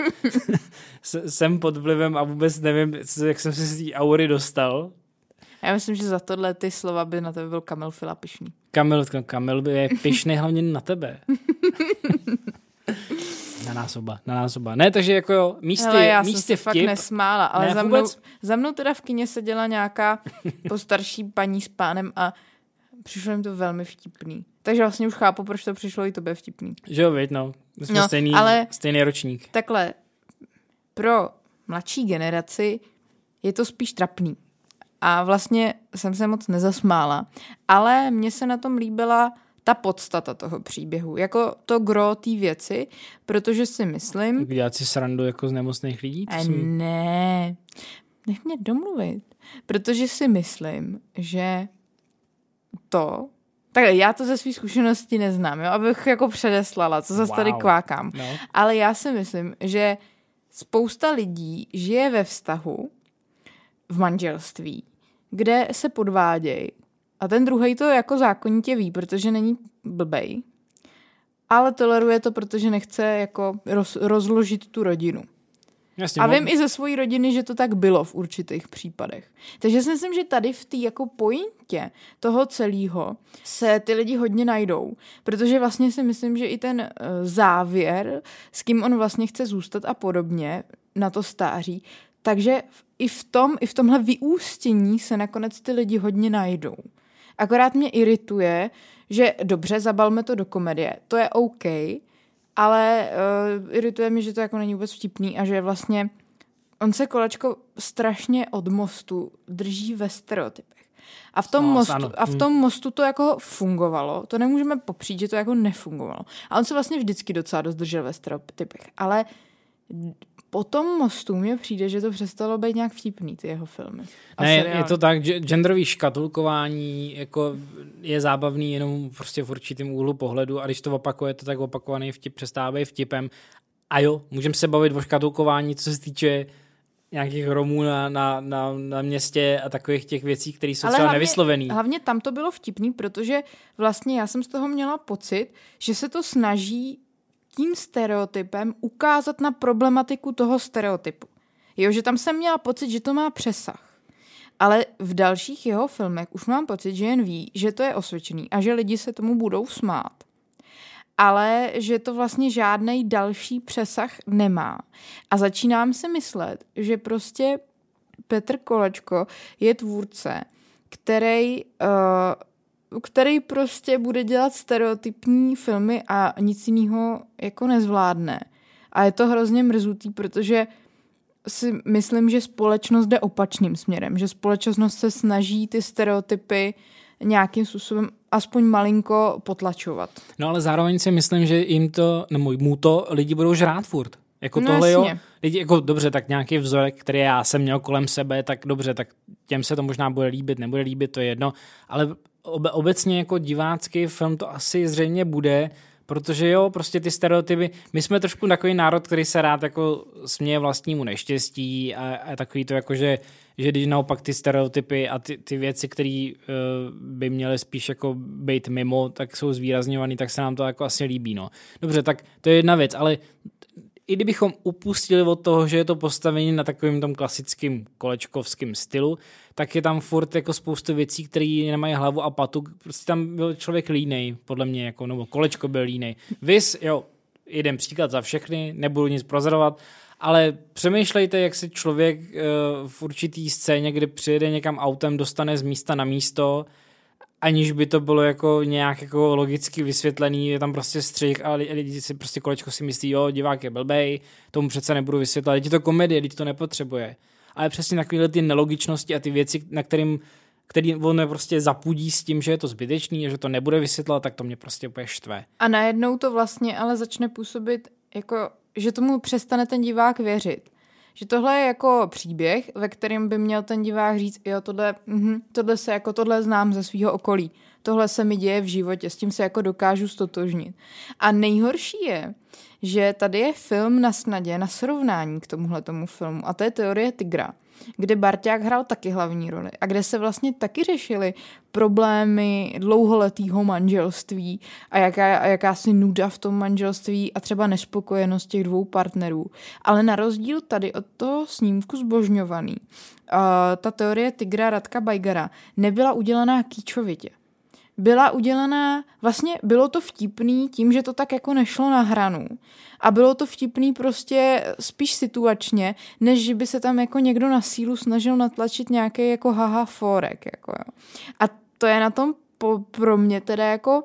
jsem pod vlivem a vůbec nevím, jak jsem se z té aury dostal. Já myslím, že za tohle ty slova by na tebe byl Kamil Fila pyšný. Kamil, Kamil by je pyšný hlavně na tebe. Na nás oba, na nás oba. Ne, takže jako jo, místy, Hele, já místy jsem se vtip. fakt nesmála, ale ne, za, mnou, vůbec... za mnou teda v kině seděla nějaká postarší paní s pánem a přišlo jim to velmi vtipný. Takže vlastně už chápu, proč to přišlo i tobě vtipný. Že jo, viď, no. My jsme no, stejný, ale stejný ročník. Takhle, pro mladší generaci je to spíš trapný. A vlastně jsem se moc nezasmála. Ale mně se na tom líbila ta podstata toho příběhu. Jako to gro té věci, protože si myslím... Dělat si srandu jako z nemocných lidí? A jsem... ne, nech mě domluvit. Protože si myslím, že to... Tak já to ze svých zkušeností neznám, jo? Abych jako předeslala, co zase wow. tady kvákám. No. Ale já si myslím, že spousta lidí žije ve vztahu, v manželství, kde se podvádějí a ten druhej to jako zákonitě ví, protože není blbej, ale toleruje to, protože nechce jako roz, rozložit tu rodinu. Jasně, a vím i ze své rodiny, že to tak bylo v určitých případech. Takže si myslím, že tady v té jako pointě toho celého se ty lidi hodně najdou. Protože vlastně si myslím, že i ten uh, závěr, s kým on vlastně chce zůstat a podobně na to stáří, takže i v tom, i v tomhle vyústění se nakonec ty lidi hodně najdou. Akorát mě irituje, že dobře, zabalme to do komedie. To je OK, ale uh, irituje mě, že to jako není vůbec vtipný a že vlastně on se kolečko strašně od mostu drží ve stereotypech. A v tom, no, mostu, a v tom mostu to jako fungovalo. To nemůžeme popřít, že to jako nefungovalo. A on se vlastně vždycky docela dost držel ve stereotypech. Ale po tom mostu mně přijde, že to přestalo být nějak vtipný, ty jeho filmy. A ne, seriály. Je to tak, že genderový škatulkování jako je zábavný jenom prostě v určitém úhlu pohledu a když to opakujete, tak opakovaný vtip přestává být vtipem. A jo, můžeme se bavit o škatulkování, co se týče nějakých Romů na, na, na, na městě a takových těch věcí, které jsou třeba nevyslovený. Hlavně tam to bylo vtipný, protože vlastně já jsem z toho měla pocit, že se to snaží tím stereotypem ukázat na problematiku toho stereotypu. Jo, že tam jsem měla pocit, že to má přesah. Ale v dalších jeho filmech už mám pocit, že jen ví, že to je osvědčený a že lidi se tomu budou smát. Ale že to vlastně žádnej další přesah nemá. A začínám si myslet, že prostě Petr Kolečko je tvůrce, který... Uh, který prostě bude dělat stereotypní filmy a nic jiného jako nezvládne. A je to hrozně mrzutý, protože si myslím, že společnost jde opačným směrem, že společnost se snaží ty stereotypy nějakým způsobem aspoň malinko potlačovat. No ale zároveň si myslím, že jim to, nebo mu to lidi budou žrát furt. Jako no tohle jasně. jo, lidi, jako dobře, tak nějaký vzorek, který já jsem měl kolem sebe, tak dobře, tak těm se to možná bude líbit, nebude líbit, to je jedno, ale obe, obecně jako divácký film to asi zřejmě bude, protože jo, prostě ty stereotypy, my jsme trošku takový národ, který se rád jako směje vlastnímu neštěstí a, a takový to jako, že, že když naopak ty stereotypy a ty, ty věci, které uh, by měly spíš jako být mimo, tak jsou zvýrazňovaný, tak se nám to jako asi líbí, no. Dobře, tak to je jedna věc, ale i kdybychom upustili od toho, že je to postavení na takovým tom klasickým kolečkovským stylu, tak je tam furt jako spoustu věcí, které nemají hlavu a patu. Prostě tam byl člověk línej, podle mě, jako, nebo Kolečko byl línej. Vys, jo, jeden příklad za všechny, nebudu nic prozradovat, ale přemýšlejte, jak se člověk uh, v určitý scéně, kdy přijede někam autem, dostane z místa na místo, aniž by to bylo jako nějak jako logicky vysvětlený, je tam prostě střih a lidi si prostě Kolečko si myslí, jo, divák je blbej, tomu přece nebudu vysvětlovat, je to komedie, lidi to nepotřebuje. Ale přesně takovéhle ty nelogičnosti a ty věci, na kterým, který on prostě zapudí s tím, že je to zbytečný a že to nebude vysvětlovat, tak to mě prostě úplně štve. A najednou to vlastně ale začne působit jako, že tomu přestane ten divák věřit. Že tohle je jako příběh, ve kterém by měl ten divák říct, jo, tohle, mh, tohle se jako tohle znám ze svého okolí. Tohle se mi děje v životě, s tím se jako dokážu stotožnit. A nejhorší je, že tady je film na snadě, na srovnání k tomuhle tomu filmu. A to je Teorie tygra, kde Barťák hrál taky hlavní roli a kde se vlastně taky řešily problémy dlouholetého manželství a jaká, a jakási nuda v tom manželství a třeba nespokojenost těch dvou partnerů. Ale na rozdíl tady od toho snímku Zbožňovaný, uh, ta Teorie tygra Radka Bajgara nebyla udělaná kýčovitě. byla udělaná, vlastně bylo to vtipný tím, že to tak jako nešlo na hranu. A bylo to vtipný prostě spíš situačně, než že by se tam jako někdo na sílu snažil natlačit nějaký jako haha forek. Jako jo. A to je na tom po, pro mě teda jako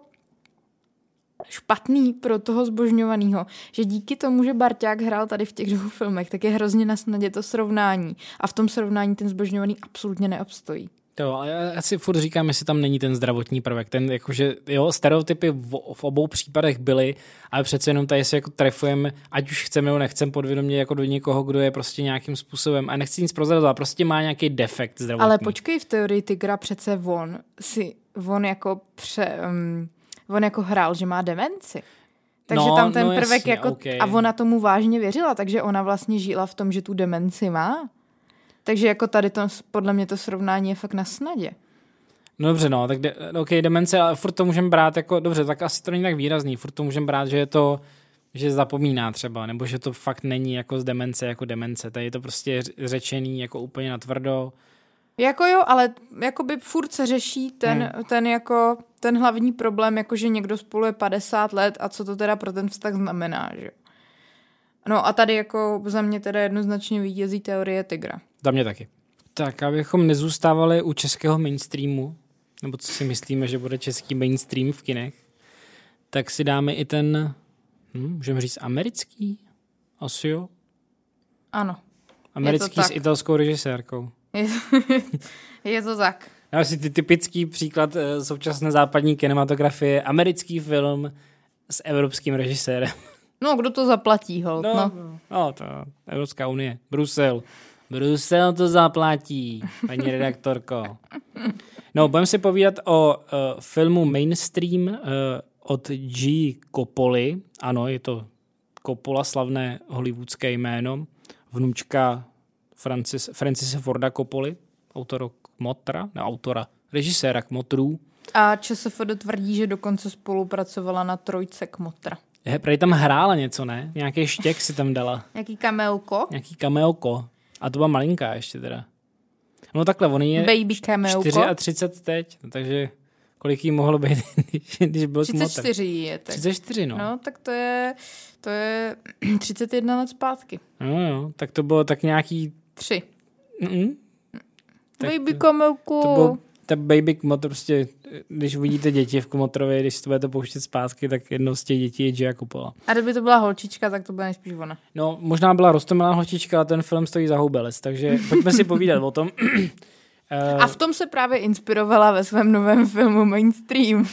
špatný pro toho zbožňovanýho, že díky tomu, že Barťák hrál tady v těch dvou filmech, tak je hrozně na snadě to srovnání. A v tom srovnání ten zbožňovaný absolutně neobstojí. Jo, ale já si furt říkám, jestli tam není ten zdravotní prvek. Ten, jakože, jo, stereotypy v, v obou případech byly, ale přece jenom tady se jako trefujeme, ať už chceme nebo nechceme podvědomě jako do někoho, kdo je prostě nějakým způsobem, a nechci nic prozradit, prostě má nějaký defekt zdravotní. Ale počkej, v teorii tygra přece on si, on jako pře, um, on jako hrál, že má demenci. Takže no, tam ten no prvek jasně, jako, okay. A ona tomu vážně věřila, takže ona vlastně žila v tom, že tu demenci má. Takže jako tady to, podle mě to srovnání je fakt na snadě. No dobře, no, tak de, ok, demence, ale furt to můžeme brát jako, dobře, tak asi to není tak výrazný, furt to můžeme brát, že je to, že zapomíná třeba, nebo že to fakt není jako z demence, jako demence, tady je to prostě řečený jako úplně natvrdo. Jako jo, ale jakoby furt se řeší ten, hmm. ten jako, ten hlavní problém, jako že někdo spolu je padesát let a co to teda pro ten vztah znamená, že? No a tady jako za mě teda jednoznačně vítězí teorie tygra. Za mě taky. Tak, abychom nezůstávali u českého mainstreamu, nebo co si myslíme, že bude český mainstream v kinech, tak si dáme i ten, hm, můžeme říct americký? Asi jo? Ano. Americký s italskou režisérkou. Je, je to tak. Asi ty typický příklad současné západní kinematografie, americký film s evropským režisérem. No, kdo to zaplatí, holt, no. No, no to Evropská unie, Brusel. Brusel to zaplatí, paní redaktorko. No, budeme si povídat o uh, filmu Mainstream uh, od G. Coppoli. Ano, je to Coppola, slavné hollywoodské jméno. Vnučka Francis, Francise Forda Coppoli, autora Kmotra, ne autora, režiséra Kmotrů. A ČSFD tvrdí, že dokonce spolupracovala na trojce Kmotra. Je, prej tam hrála něco, ne? Nějaký štěk si tam dala. Nějaký kameoko? Nějaký kameoko. A to byla malinká ještě teda. No takhle, on je Baby kameoko. třicet čtyři teď, no, takže kolik jí mohlo být, když, když byl třicet čtyři je tak. třicet čtyři, no. No, tak to je, to je třicet jedna let zpátky. No jo, tak to bylo tak nějaký... Tři. Mm-mm. Baby kameoko. To bylo ta baby kmotr, prostě, když vidíte děti v Kmotrově, když to budete pouštět zpátky, tak jednou z těch dětí je Gia Coppola. A kdyby to byla holčička, tak to byla nejspíš ona. No, možná byla roztomilá holčička, ale ten film stojí za houbelec, takže pojďme si povídat o tom. A v tom se právě inspirovala ve svém novém filmu Mainstream.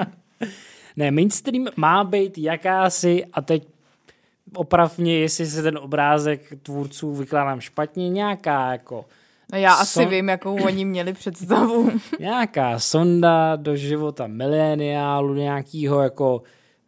Ne, Mainstream má být jakási, a teď oprav mě, jestli se ten obrázek tvůrců vykládám špatně, nějaká jako... No já asi son... vím, jakou oni měli představu. Nějaká sonda do života mileniálu, nějakého jako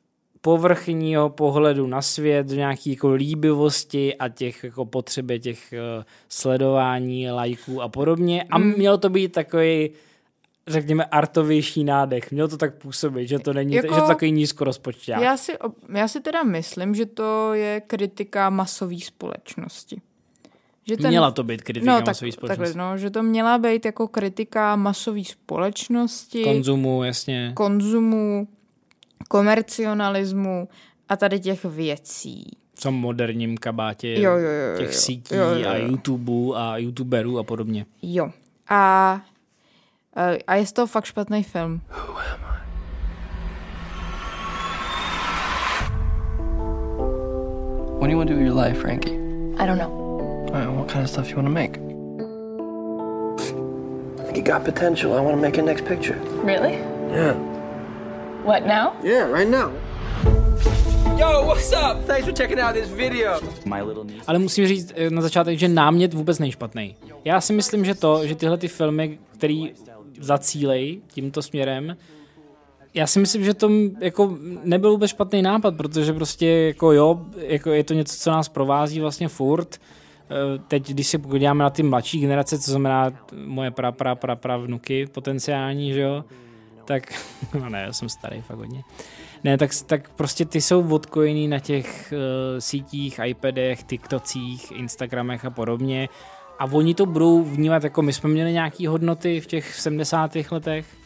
povrchního pohledu na svět, nějaké jako líbivosti a těch jako potřeby těch uh, sledování, lajků a podobně. A mm. mělo to být takový, řekněme, artovější nádech. Mělo to tak působit, že to není, jako, že to takový nízkorozpočťák. Já si, já si teda myslím, že to je kritika masové společnosti. Že ten, měla to být kritika no, masové společnosti. Takhle, no, že to měla být jako kritika masové společnosti. Konzumu, jasně. Konzumu, komercionalismu a tady těch věcí. V tom moderním kabátě jo, jo, jo, těch jo, sítí jo, jo, jo. a YouTubeů a YouTuberů a podobně. Jo. A, a je z toho fakt špatný film. Who am I? What do you want to do with your life, Frankie? I don't know. Right, what kind of stuff you want to make? I think you got potential. I want to make a next picture. Really? Yeah. What, now? Yeah, right now. Yo, what's up? Thanks for checking out this video. Ale musím říct na začátek, že námět vůbec není špatný. Já si myslím, že to, že tyhle ty filmy, který zacílej tímto směrem, já si myslím, že to jako nebyl vůbec špatný nápad, protože prostě jako jo, jako je to něco, co nás provází vlastně furt. Teď, když se podíváme na ty mladší generace, co znamená moje pra, pra, pra, pra vnuky potenciální, že jo, tak, no ne, já jsem starý fakt hodně. Ne, tak, tak prostě ty jsou odkojený na těch uh, sítích, iPadech, TikTocích, Instagramech a podobně a oni to budou vnímat jako my jsme měli nějaký hodnoty v těch sedmdesátých letech,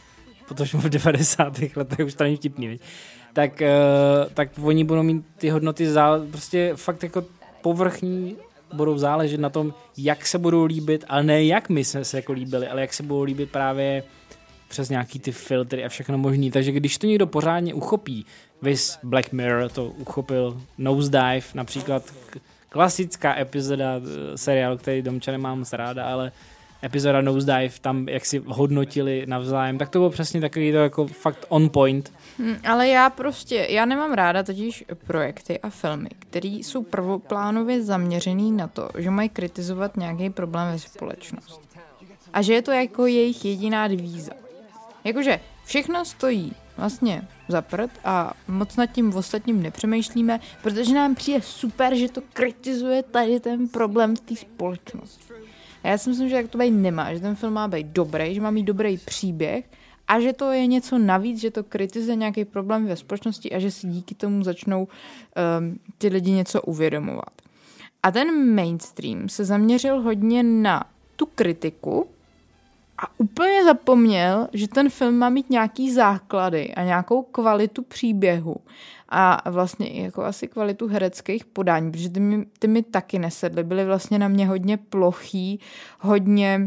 protože v devadesátých letech už to není vtipný, viď? Tak, tak oni budou mít ty hodnoty zá, prostě fakt jako povrchní, budou záležet na tom, jak se budou líbit, ale ne jak my jsme se jako líbili, ale jak se budou líbit právě přes nějaký ty filtry a všechno možný. Takže když to někdo pořádně uchopí, viz Black Mirror to uchopil, Nosedive, například klasická epizoda seriálu, který Domča nemám moc ráda, ale epizoda Nosedive, tam jak si hodnotili navzájem, tak to bylo přesně takový to jako fakt on point. Hmm, ale já prostě, já nemám ráda totiž projekty a filmy, které jsou prvoplánově zaměřený na to, že mají kritizovat nějaký problém ve společnosti. A že je to jako jejich jediná devíza. Jakože všechno stojí vlastně za prd a moc nad tím v ostatním nepřemýšlíme, protože nám přijde super, že to kritizuje tady ten problém v té společnosti. A já si myslím, že tak to být nemá, že ten film má být dobrý, že má mít dobrý příběh a že to je něco navíc, že to kritizuje nějaký problém ve společnosti a že si díky tomu začnou um, ty lidi něco uvědomovat. A ten mainstream se zaměřil hodně na tu kritiku a úplně zapomněl, že ten film má mít nějaký základy a nějakou kvalitu příběhu a vlastně i jako asi kvalitu hereckých podání, protože ty mi, ty mi taky nesedly, byly vlastně na mě hodně plochý, hodně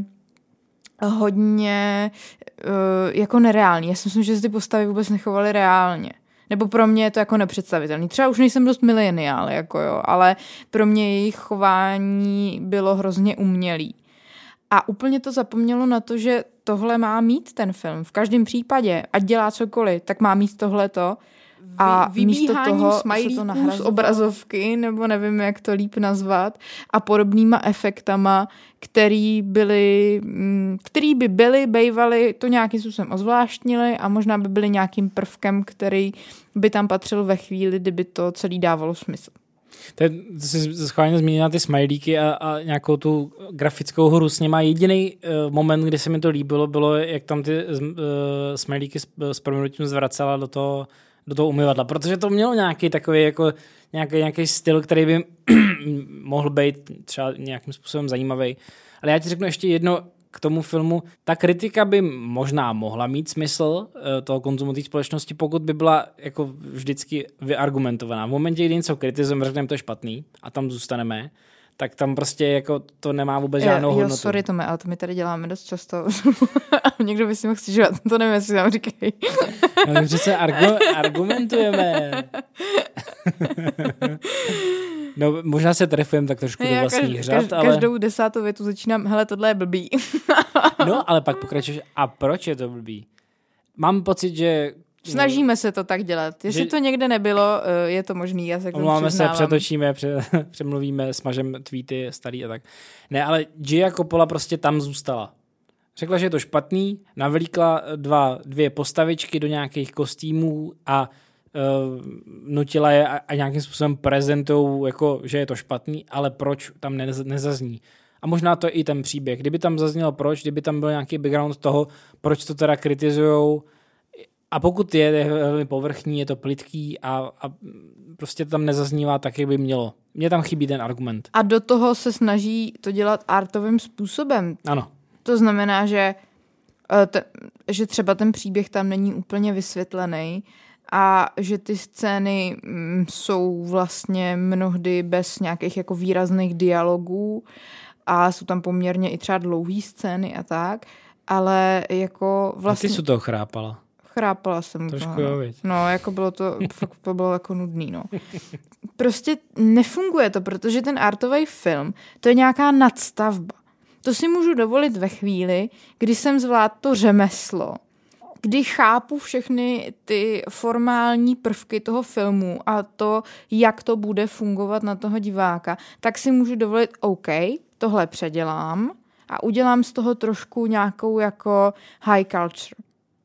hodně uh, jako nereální. Já si myslím, že se ty postavy vůbec nechovaly reálně. Nebo pro mě je to jako nepředstavitelný. Třeba už nejsem dost mileniál, jako jo, ale pro mě jejich chování bylo hrozně umělý. A úplně to zapomnělo na to, že tohle má mít ten film. V každém případě, ať dělá cokoliv, tak má mít tohleto. A místo toho se to nahrazovalo z obrazovky, nebo nevím, jak to líp nazvat, a podobnýma efektama, který byly, který by byly, bejvaly, to nějakým způsobem ozvláštnili a možná by byly nějakým prvkem, který by tam patřil ve chvíli, kdyby to celý dávalo smysl. To je, to jsi schválně zmínila ty smajlíky a, a nějakou tu grafickou hru s něma. Jediný uh, moment, kdy se mi to líbilo, bylo, jak tam ty uh, smajlíky s, s proměnutím zvracela do toho, do toho umyvadla, protože to mělo nějaký takový jako nějaký, nějaký styl, který by mohl být třeba nějakým způsobem zajímavý. Ale já ti řeknu ještě jedno k tomu filmu. Ta kritika by možná mohla mít smysl toho konzumu té společnosti, pokud by byla jako vždycky vyargumentovaná. V momentě, kdy něco kritizujeme, řekneme, to je špatný a tam zůstaneme, tak tam prostě jako to nemá vůbec žádnou jo, hodnotu. Jo, sorry Tome, ale to my tady děláme dost často. A někdo by si mohl stěžovat, to nevím, jestli nám říkají. No my přece argu- argumentujeme. No možná se trefujeme tak trošku do vlastních řad, každ- ale... Každou desátou větu začínám, hele, tohle je blbý. No, ale pak pokračuješ, a proč je to blbý? Mám pocit, že... Snažíme se to tak dělat. Jestli že... to někde nebylo, je to možný, já se k tomu Máme přiznávám. se, přetočíme, pře, přemluvíme, smažeme tweety starý a tak. Ne, ale Gia Coppola prostě tam zůstala. Řekla, že je to špatný, navlíkla dva, dvě postavičky do nějakých kostýmů a uh, nutila je a, a nějakým způsobem prezentujou, jako, že je to špatný, ale proč tam ne, nezazní. A možná to je i ten příběh. Kdyby tam zaznělo proč, kdyby tam byl nějaký background toho, proč to teda kritizujou, a pokud je, je velmi povrchní, je to plytký a, a prostě tam nezaznívá tak, jak by mělo. Mně tam chybí ten argument. A do toho se snaží to dělat artovým způsobem. Ano. To znamená, že, t- že třeba ten příběh tam není úplně vysvětlený a že ty scény mm, jsou vlastně mnohdy bez nějakých jako výrazných dialogů a jsou tam poměrně i třeba dlouhý scény a tak, ale jako vlastně... A ty jsi to chrápala. Chrápala jsem Trošku toho. jo, no, jako bylo to, fakt to bylo jako nudný, no. Prostě nefunguje to, protože ten artový film, to je nějaká nadstavba. To si můžu dovolit ve chvíli, kdy jsem zvládl to řemeslo, kdy chápu všechny ty formální prvky toho filmu a to, jak to bude fungovat na toho diváka, tak si můžu dovolit, OK, tohle předělám a udělám z toho trošku nějakou jako high culture.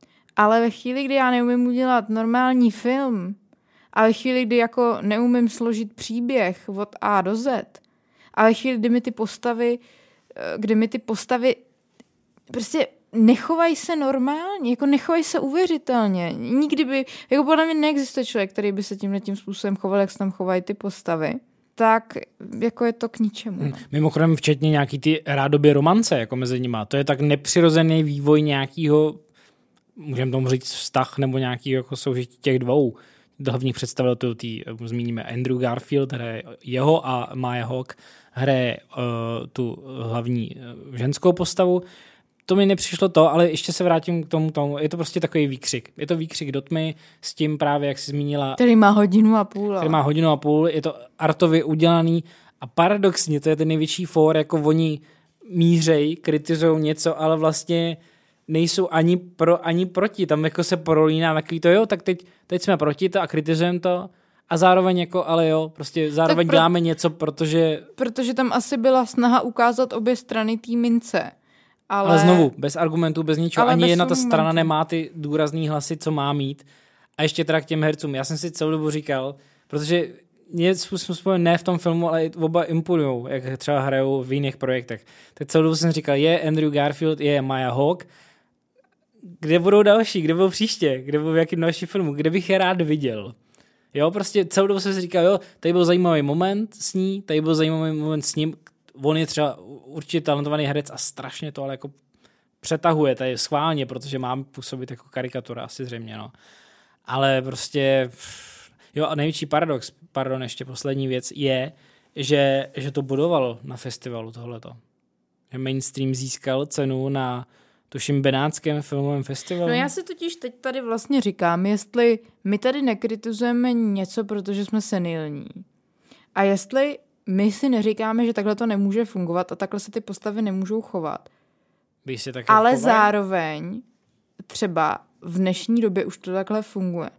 Ale ve chvíli, kdy já neumím udělat normální film a ve chvíli, kdy jako neumím složit příběh od A do Z a ve chvíli, kdy mi ty postavy, kdy mi ty postavy prostě nechovají se normálně, jako nechovají se uvěřitelně. Nikdy by, jako podle mě neexistuje člověk, který by se tímhle tím způsobem choval, jak se tam chovají ty postavy, tak jako je to k ničemu. Hmm. Mimochodem včetně nějaký ty rádoby romance, jako mezi nima. To je tak nepřirozený vývoj nějakýho můžeme tomu říct vztah nebo nějaký jako soužití těch dvou hlavních představitelů, tý, zmíníme Andrew Garfield, hraje jeho a Maya Hawke hraje uh, tu hlavní uh, ženskou postavu. To mi nepřišlo to, ale ještě se vrátím k tomu, tomu. Je to prostě takový výkřik. Je to výkřik do tmy s tím právě, jak jsi zmínila. Který má hodinu a půl. Který má hodinu a půl. Je to artově udělaný a paradoxně to je ten největší fór, jako oni mířej, kritizují něco, ale vlastně nejsou ani pro, ani proti. Tam jako se prolíná takový to, jo, tak teď, teď jsme proti to a kritizujeme to a zároveň jako, ale jo, prostě zároveň pro... děláme něco, protože... Protože tam asi byla snaha ukázat obě strany té mince. Ale... ale znovu, bez argumentů, bez ničeho. Ale ani bez jedna ta argumentů. strana nemá ty důrazný hlasy, co má mít. A ještě teda k těm hercům. Já jsem si celou dobu říkal, protože mě způsobem ne v tom filmu, ale oba impulujou, jak třeba hrajou v jiných projektech. Tak celou dobu jsem říkal, je Andrew Garfield, je Maya Hawke. Kde budou další? Kde budou příště? Kde budou v jakým další filmu? Kde bych je rád viděl? Jo, prostě celou dobu jsem si říkal, jo, tady byl zajímavý moment s ní, tady byl zajímavý moment s ním. On je třeba určitě talentovaný herec a strašně to ale jako přetahuje tady schválně, protože mám působit jako karikatura, asi zřejmě, no. Ale prostě, jo, a největší paradox, pardon, ještě poslední věc, je, že, že to budovalo na festivalu tohleto. Že Mainstream získal cenu na, tuším, benátském filmovém festivalu. No já si totiž teď tady vlastně říkám, jestli my tady nekritizujeme něco, protože jsme senilní. A jestli my si neříkáme, že takhle to nemůže fungovat a takhle se ty postavy nemůžou chovat. Se tak ale chovají? zároveň třeba v dnešní době už to takhle funguje.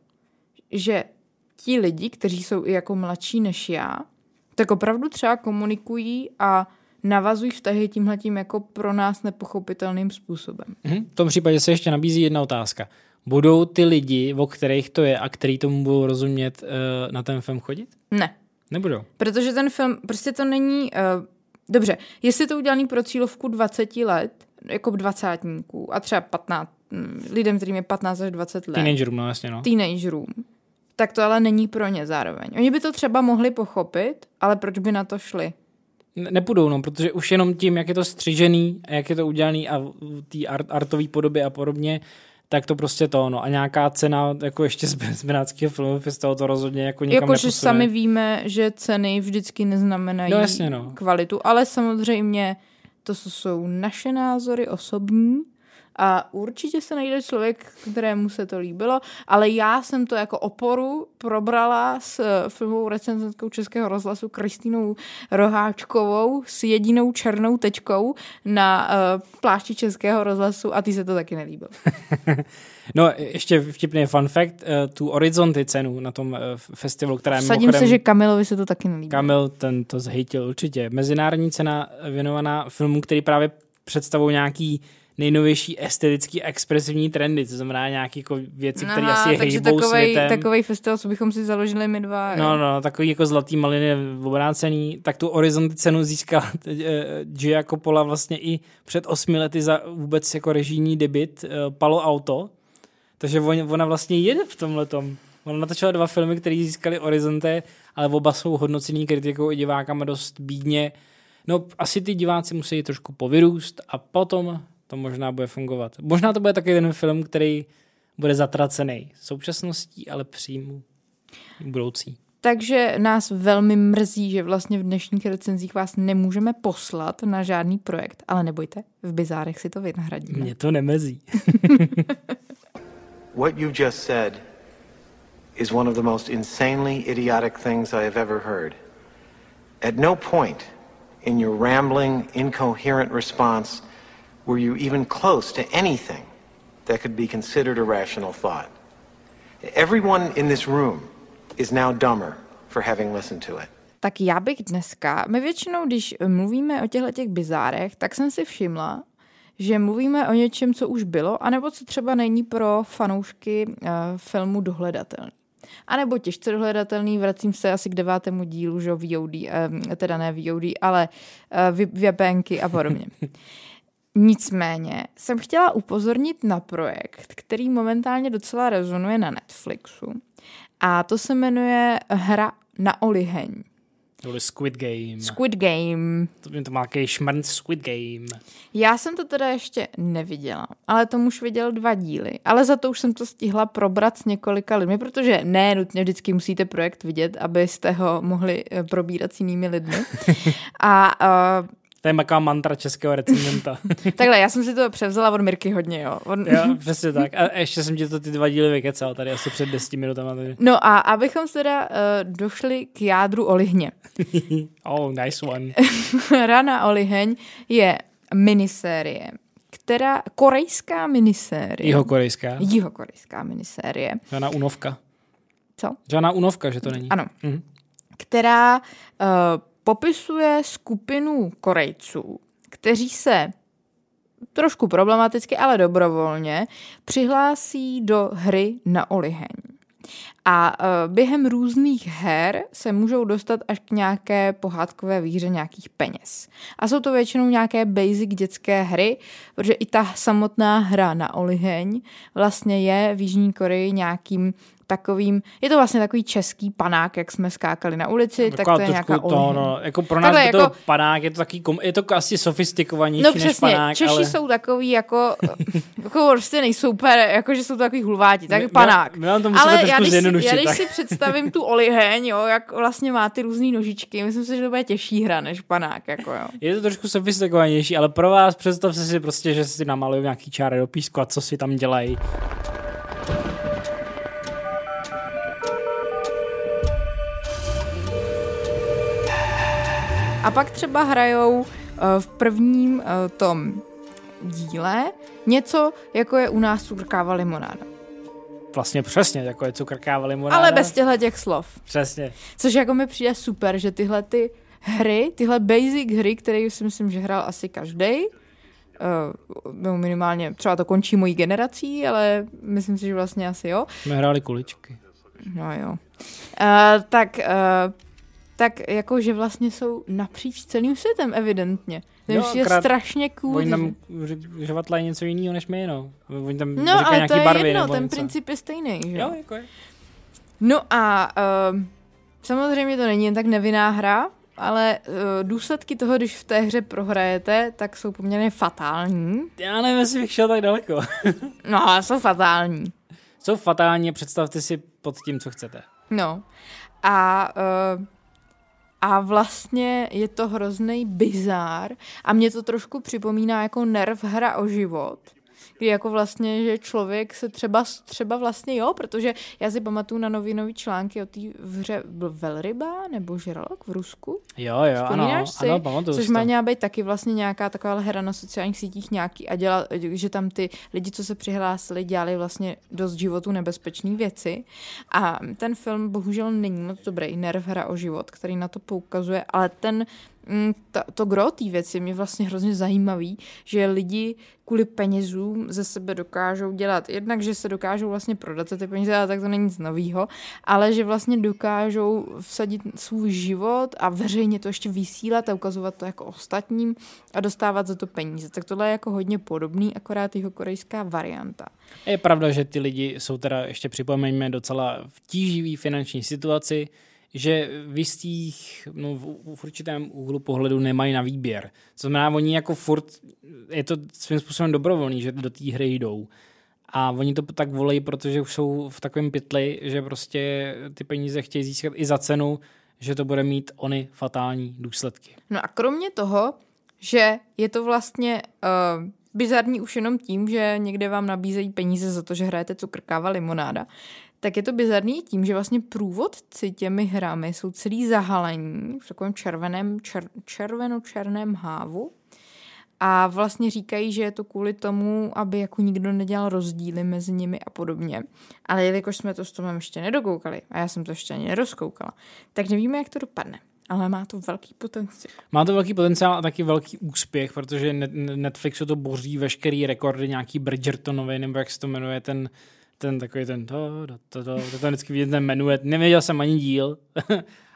Že ti lidi, kteří jsou i jako mladší než já, tak opravdu třeba komunikují a navazují vztahy tímhletím jako pro nás nepochopitelným způsobem. Mhm. V tom případě se ještě nabízí jedna otázka. Budou ty lidi, o kterých to je a který tomu budou rozumět, na ten film chodit? Ne. Nebudou. Protože ten film, prostě to není... Uh, dobře, jestli to udělaný pro cílovku dvacet let, jako dvacátníků a třeba patnáct, lidem, kterým je patnáct až dvacet let. Teenagerům, no jasně, no. Teenagerům. Tak to ale není pro ně zároveň. Oni by to třeba mohli pochopit, ale proč by na to šli? Ne- nepůjdou, no, protože už jenom tím, jak je to střižený a jak je to udělaný a ty art, artové podoby a podobně, tak to prostě to, no. A nějaká cena, jako ještě z, z benátského filmového festivalu, to rozhodně jako nikam jako, neposune. že sami víme, že ceny vždycky neznamenají no, jasně, no. kvalitu, ale samozřejmě to jsou naše názory osobní a určitě se najde člověk, kterému se to líbilo, ale já jsem to jako oporu probrala s filmovou recenzentkou Českého rozhlasu Kristýnou Roháčkovou s jedinou černou tečkou na uh, plášti Českého rozhlasu a ty se to taky nelíbilo. No, ještě vtipný fun fact, tu Horizonty cenu na tom festivalu, která je Vsadím se, že Kamilovi se to taky nelíbilo. Kamil ten to zhejtil určitě. Mezinárodní cena věnovaná filmům, který právě představují nějaký nejnovější estetický expresivní trendy, to znamená nějaké jako věci, které asi hejbou světem. Takovej festival, co bychom si založili my dva. No, no, takový jako zlatý maliny obrácený. Tak tu Horizonty cenu získal Gia Coppola vlastně i před osmi lety za vůbec jako režijní debut Palo Alto. Takže ona vlastně jede v tomhletom. Ona natočila dva filmy, které získaly Horizonty, ale oba jsou hodnocený kritikou i divákama dost bídně. No, asi ty diváci musí trošku povyrůst a potom to možná bude fungovat. Možná to bude taky ten film, který bude zatracený současností, ale příjmu budoucí. Takže nás velmi mrzí, že vlastně v dnešních recenzích vás nemůžeme poslat na žádný projekt, ale nebojte, v Bizárech si to vynahradíme. Mě to nemezí. What you just said is one of the most insanely idiotic things I have ever heard. At no point in your rambling, incoherent response were you even close to anything that could be considered a rational thought. Everyone in this room is now dumber for having listened to it. Tak já bych dneska, my většinou, když mluvíme o těchto těch bizárech, tak jsem si všimla, že mluvíme o něčem, co už bylo, anebo co třeba není pro fanoušky uh, filmu dohledatelný. A nebo těžce dohledatelný, vracím se asi k devátému dílu, že V O D, um, teda ne V O D, ale uh, VPNky a podobně. Nicméně jsem chtěla upozornit na projekt, který momentálně docela rezonuje na Netflixu. A to se jmenuje Hra na oliheň. To Squid Game. Squid Game. To mě to má nějaký šmrnc Squid Game. Já jsem to teda ještě neviděla, ale tomu už viděl dva díly. Ale za to už jsem to stihla probrat s několika lidmi, protože ne nutně vždycky musíte projekt vidět, abyste ho mohli probírat s jinými lidmi. A uh, to je taková mantra českého recenzenta. Takhle, já jsem si to převzala od Mirky hodně, jo. On... Jo, přesně tak. A ještě jsem ti to ty dva díly vykecal, tady asi před deseti minutama. Tady. No a abychom se teda uh, došli k jádru Olihně. Oh, nice one. Rana Oliheň je minisérie, která, korejská minisérie. Jihokorejská. Jihokorejská minisérie. Žádná unovka. Co? Žádná unovka, že to není. Ano. Mhm. Která uh, popisuje skupinu Korejců, kteří se trošku problematicky, ale dobrovolně přihlásí do hry na Oliheň. A uh, během různých her se můžou dostat až k nějaké pohádkové výhře nějakých peněz. A jsou to většinou nějaké basic dětské hry, protože i ta samotná hra na Oliheň vlastně je v Jižní Koreji nějakým takovým, je to vlastně takový český panák, jak jsme skákali na ulici, no, tak to je nějaká to, no, jako pro nás je to jako, panák, je to taky, je to asi sofistikovanější no, než přesně, panák. Češi ale... jsou takový jako, jako prostě nejsou super, jako že jsou to takový hulváti, tak my, panák. My, my to ale já když, si, já když si představím tu Oliheň, jo, jak vlastně má ty různý nožičky, myslím si, že to bude těžší hra než panák, jako jo. Je to trošku sofistikovanější, ale pro vás představte si prostě, že si namalují nějaký čáry do písku a co si tam dělají. A pak třeba hrajou uh, v prvním uh, tom díle něco, jako je u nás cukrkáva limonáda. Vlastně přesně, jako je cukrkáva limonáda. Ale bez těchto těch slov. Přesně. Což jako mi přijde super, že tyhle ty hry, tyhle basic hry, které si myslím, že hrál asi každej, uh, minimálně třeba to končí mojí generací, ale myslím si, že vlastně asi jo. My hráli kuličky. No jo. Uh, tak... Uh, tak jako, že vlastně jsou napříč celým světem, evidentně. To je strašně cool. Oni tam ževatlají něco jiného než my, no. Oni tam no, ale nějaký to je barvy, jedno, nebo ten něco. princip je stejný, že? Jo, jako je. No a uh, samozřejmě to není jen tak nevinná hra, ale uh, důsledky toho, když v té hře prohrajete, tak jsou poměrně fatální. Já nevím, jestli bych šel tak daleko. No, ale jsou fatální. Jsou fatální, představte si pod tím, co chcete. No. A... Uh, A vlastně je to hrozný bizár a mě to trošku připomíná jako Nerv hra o život, kdy jako vlastně, že člověk se třeba, třeba vlastně jo, protože já si pamatuju na novinový články o té hře, byl Velryba nebo Žralok v Rusku? Jo, jo, ano, si? ano, pamatuju Což si má to. měla být taky vlastně nějaká taková hra na sociálních sítích nějaký a dělal, že tam ty lidi, co se přihlásili, dělali vlastně dost životu nebezpečné věci a ten film bohužel není moc dobrý, Nerv hra o život, který na to poukazuje, ale ten To, to gro té věci mě vlastně hrozně zajímavý, že lidi kvůli penězům ze sebe dokážou dělat, jednak, že se dokážou vlastně prodat za ty peníze, ale tak to není nic novýho, ale že vlastně dokážou vsadit svůj život a veřejně to ještě vysílat a ukazovat to jako ostatním a dostávat za to peníze. Tak tohle je jako hodně podobný, akorát jeho korejská varianta. Je pravda, že ty lidi jsou teda, ještě připomeňme, docela v tíživý finanční situaci, že v jistých, no v, v určitém úhlu pohledu nemají na výběr. To znamená, oni jako furt, je to svým způsobem dobrovolný, že do té hry jdou. A oni to tak volejí, protože už jsou v takovém pytli, že prostě ty peníze chtějí získat i za cenu, že to bude mít ony fatální důsledky. No a kromě toho, že je to vlastně uh, bizarní už jenom tím, že někde vám nabízejí peníze za to, že hrajete cukrkáva limonáda, tak je to bizarní tím, že vlastně průvodci těmi hrami jsou celý zahalení v takovém červeném, čer, červeno-černém hávu a vlastně říkají, že je to kvůli tomu, aby jako nikdo nedělal rozdíly mezi nimi a podobně. Ale jelikož jsme to s Tomem ještě nedokoukali a já jsem to ještě ani nerozkoukala, tak nevíme, jak to dopadne. Ale má to velký potenciál. Má to velký potenciál a taky velký úspěch, protože Netflixu to boří veškerý rekordy, nějaký Bridgertonový, nebo jak se to jmenuje, ten ten takový ten to, to, to, to, to, to vždycky vidět ten menu, nevěděl jsem ani díl,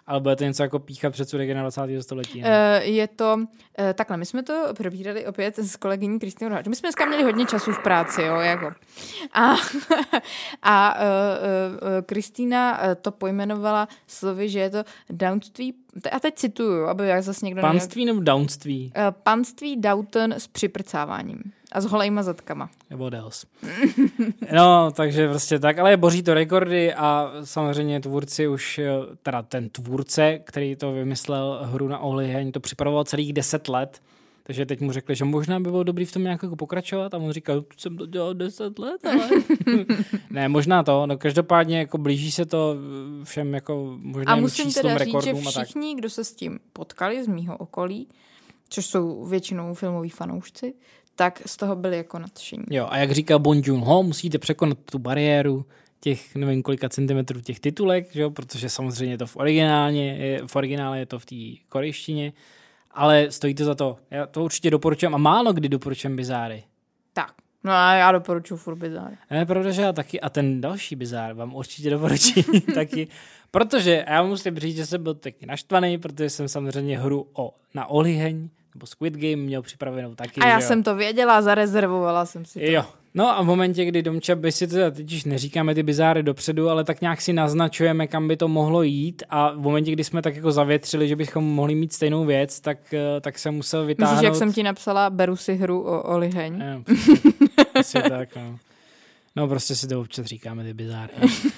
ale bude to něco jako píchat předsudek dvacátého století. Uh, je to, uh, takhle, my jsme to probírali opět s kolegyní Kristýnou Rháč. My jsme dneska měli hodně času v práci, jo, jako. A, a uh, uh, Kristýna to pojmenovala slovy, že je to downství, a teď cituju, aby jak zase někdo... Panství nebo downství? Uh, panství Downton s připrcáváním. A s holejma zadkama. What else? No, takže prostě tak, ale boří to rekordy a samozřejmě tvůrci už, teda ten tvůrce, který to vymyslel, hru na Oliheň, to připravoval celých deset let, takže teď mu řekli, že možná by bylo dobrý v tom nějak jako pokračovat a on říkal, jsem to dělal deset let, ale... Ne, možná to, no každopádně jako blíží se to všem jako možným číslům, rekordům a tak. A musím teda říct, že všichni, kdo se s tím potkali z mýho okolí, což jsou většinou filmoví fanoušci, tak z toho byli jako nadšení. Jo, a jak říká Bong Joon-ho, musíte překonat tu bariéru těch nevím kolika centimetrů těch titulek, že jo, protože samozřejmě to v originálně, v originále je to v té korejštině, ale stojí to za to. Já to určitě doporučujem a málo kdy doporučujem bizáry. Tak, no a já doporučuji furt bizáry. Ne, pravda, že já taky a ten další bizár vám určitě doporučuji taky, protože já musím říct, že jsem byl taky naštvaný, protože jsem samozřejmě hru o, na Oliheň nebo Squid Game měl připravenou taky. A já že jsem to věděla, zarezervovala jsem si to. Jo. No a v momentě, kdy Domča, my si to teď už neříkáme ty bizáry dopředu, ale tak nějak si naznačujeme, kam by to mohlo jít a v momentě, kdy jsme tak jako zavětřili, že bychom mohli mít stejnou věc, tak, tak jsem musel vytáhnout... Myslíš, jak jsem ti napsala, beru si hru o Oliheň? No, asi tak, no. No prostě si to občas říkáme ty bizáry.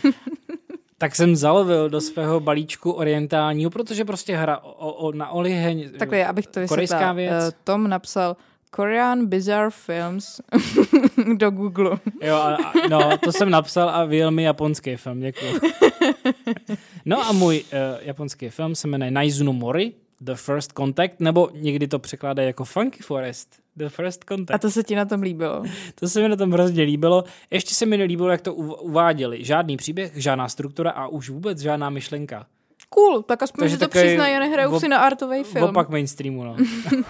Tak jsem zalovil do svého balíčku orientálního, protože prostě hra o, o, na Oliheň, takhle, abych to korejská věc. Tom napsal Korean Bizarre Films do Google. Jo, a, a, no, to jsem napsal a vyjel mi japonský film, děkuji. No a můj uh, japonský film se jmenuje Naizu Mori, The First Contact, nebo někdy to překládají jako Funky Forest, The First Contact. A to se ti na tom líbilo? To se mi na tom hrozně líbilo. Ještě se mi nelíbilo, jak to uváděli. Žádný příběh, žádná struktura a už vůbec žádná myšlenka. Cool, tak aspoň, že to přiznají a nehrajou op- si na artový film. Opak mainstreamu, no.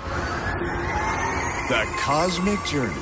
The Cosmic Journey.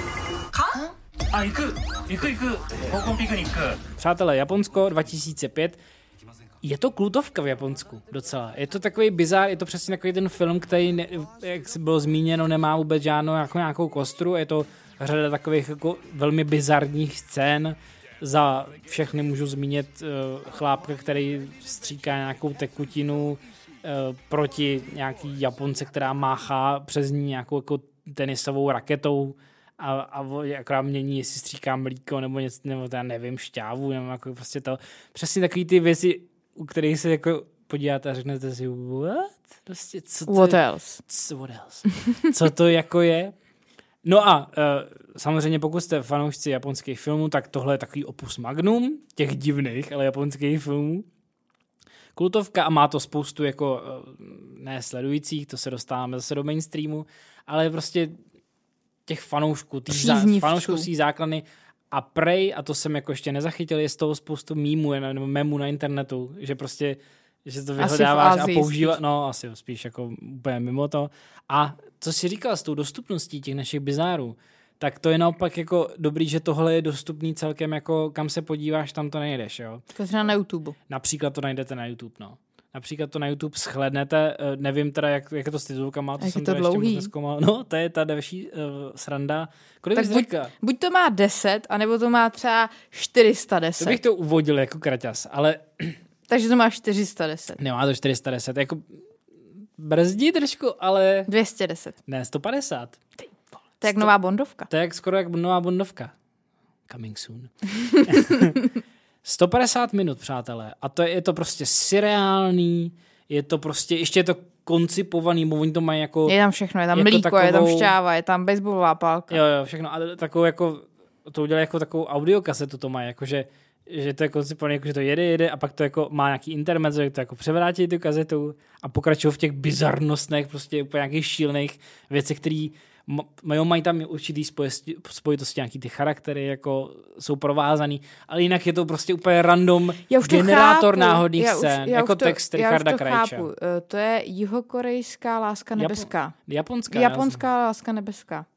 Přátelé, Japonsko dva tisíce pět. Je to kultovka v Japonsku docela. Je to takový bizár, je to přesně takový ten film, který, ne, jak bylo zmíněno, nemá vůbec žádnou jako nějakou kostru. Je to řada takových jako velmi bizarních scén. Za všechny můžu zmínit uh, chlápka, který stříká nějakou tekutinu uh, proti nějaký Japonce, která máchá přes ní nějakou jako tenisovou raketou a, a akorát mění, jestli stříká mlíko nebo něco, nebo já nevím, šťávu, nebo jako prostě to. Přesně takový ty věci, u kterých se jako podíváte a řeknete si, what? Prostě, co to what je? else? Co, what else? Co to jako je? No a uh, samozřejmě pokud jste fanoušci japonských filmů, tak tohle je takový opus magnum těch divných, ale japonských filmů. Kultovka a má to spoustu jako uh, ne sledujících, to se dostáváme zase do mainstreamu, ale prostě těch fanoušků, těch zá, fanoušků z základny a prej, a to jsem jako ještě nezachytil, je z toho spoustu mýmů nebo memů na internetu, že prostě že to vyhledáváš a používáš, no asi spíš jako úplně mimo to. A co jsi říkal s tou dostupností těch našich bizárů, tak to je naopak jako dobrý, že tohle je dostupný celkem jako kam se podíváš, tam to nejdeš, jo. To třeba na YouTube. Například to najdete na YouTube, no. Například to na YouTube shlednete, nevím teda, jak, jak je to s titulkama, to jak jsem to teda dlouhý? ještě moc nezkoumal. No, to je ta další uh, sranda. Kolik tak bys buď, řekla? buď to má deset, anebo to má třeba čtyři sta deset. To bych to uvodil jako kraťas, ale... Takže to má čtyři sta deset. Nemá to čtyři sta deset, jako brzdí trošku, ale... dvě stě deset. Ne, sto padesát. To je jak nová Bondovka. To je jak skoro jak nová Bondovka. Coming soon. sto padesát minut, přátelé. A to je, je to prostě surreální, je to prostě, ještě je to koncipovaný, bo oni to mají jako... Je tam všechno, je tam jako mlíko, takovou, je tam šťáva, je tam baseballová pálka. Jo, jo, všechno. A takovou jako, to udělali jako takovou audiokasetu to mají, jakože že to je koncipované, jako, že to jede, jede a pak to jako má nějaký intermezzo, že to jako převrátí tu kazetu a pokračují v těch bizarnostech, prostě úplně nějakých šílených věcech, které mají, mají tam určitý spojitosti, nějaký ty charaktery, jako jsou provázaný, ale jinak je to prostě úplně random generátor chápu. náhodných já scén, už, jako to, text Richarda Krajča. To je jihokorejská láska nebeská. Japo- japonská. Japonská láska nebeská.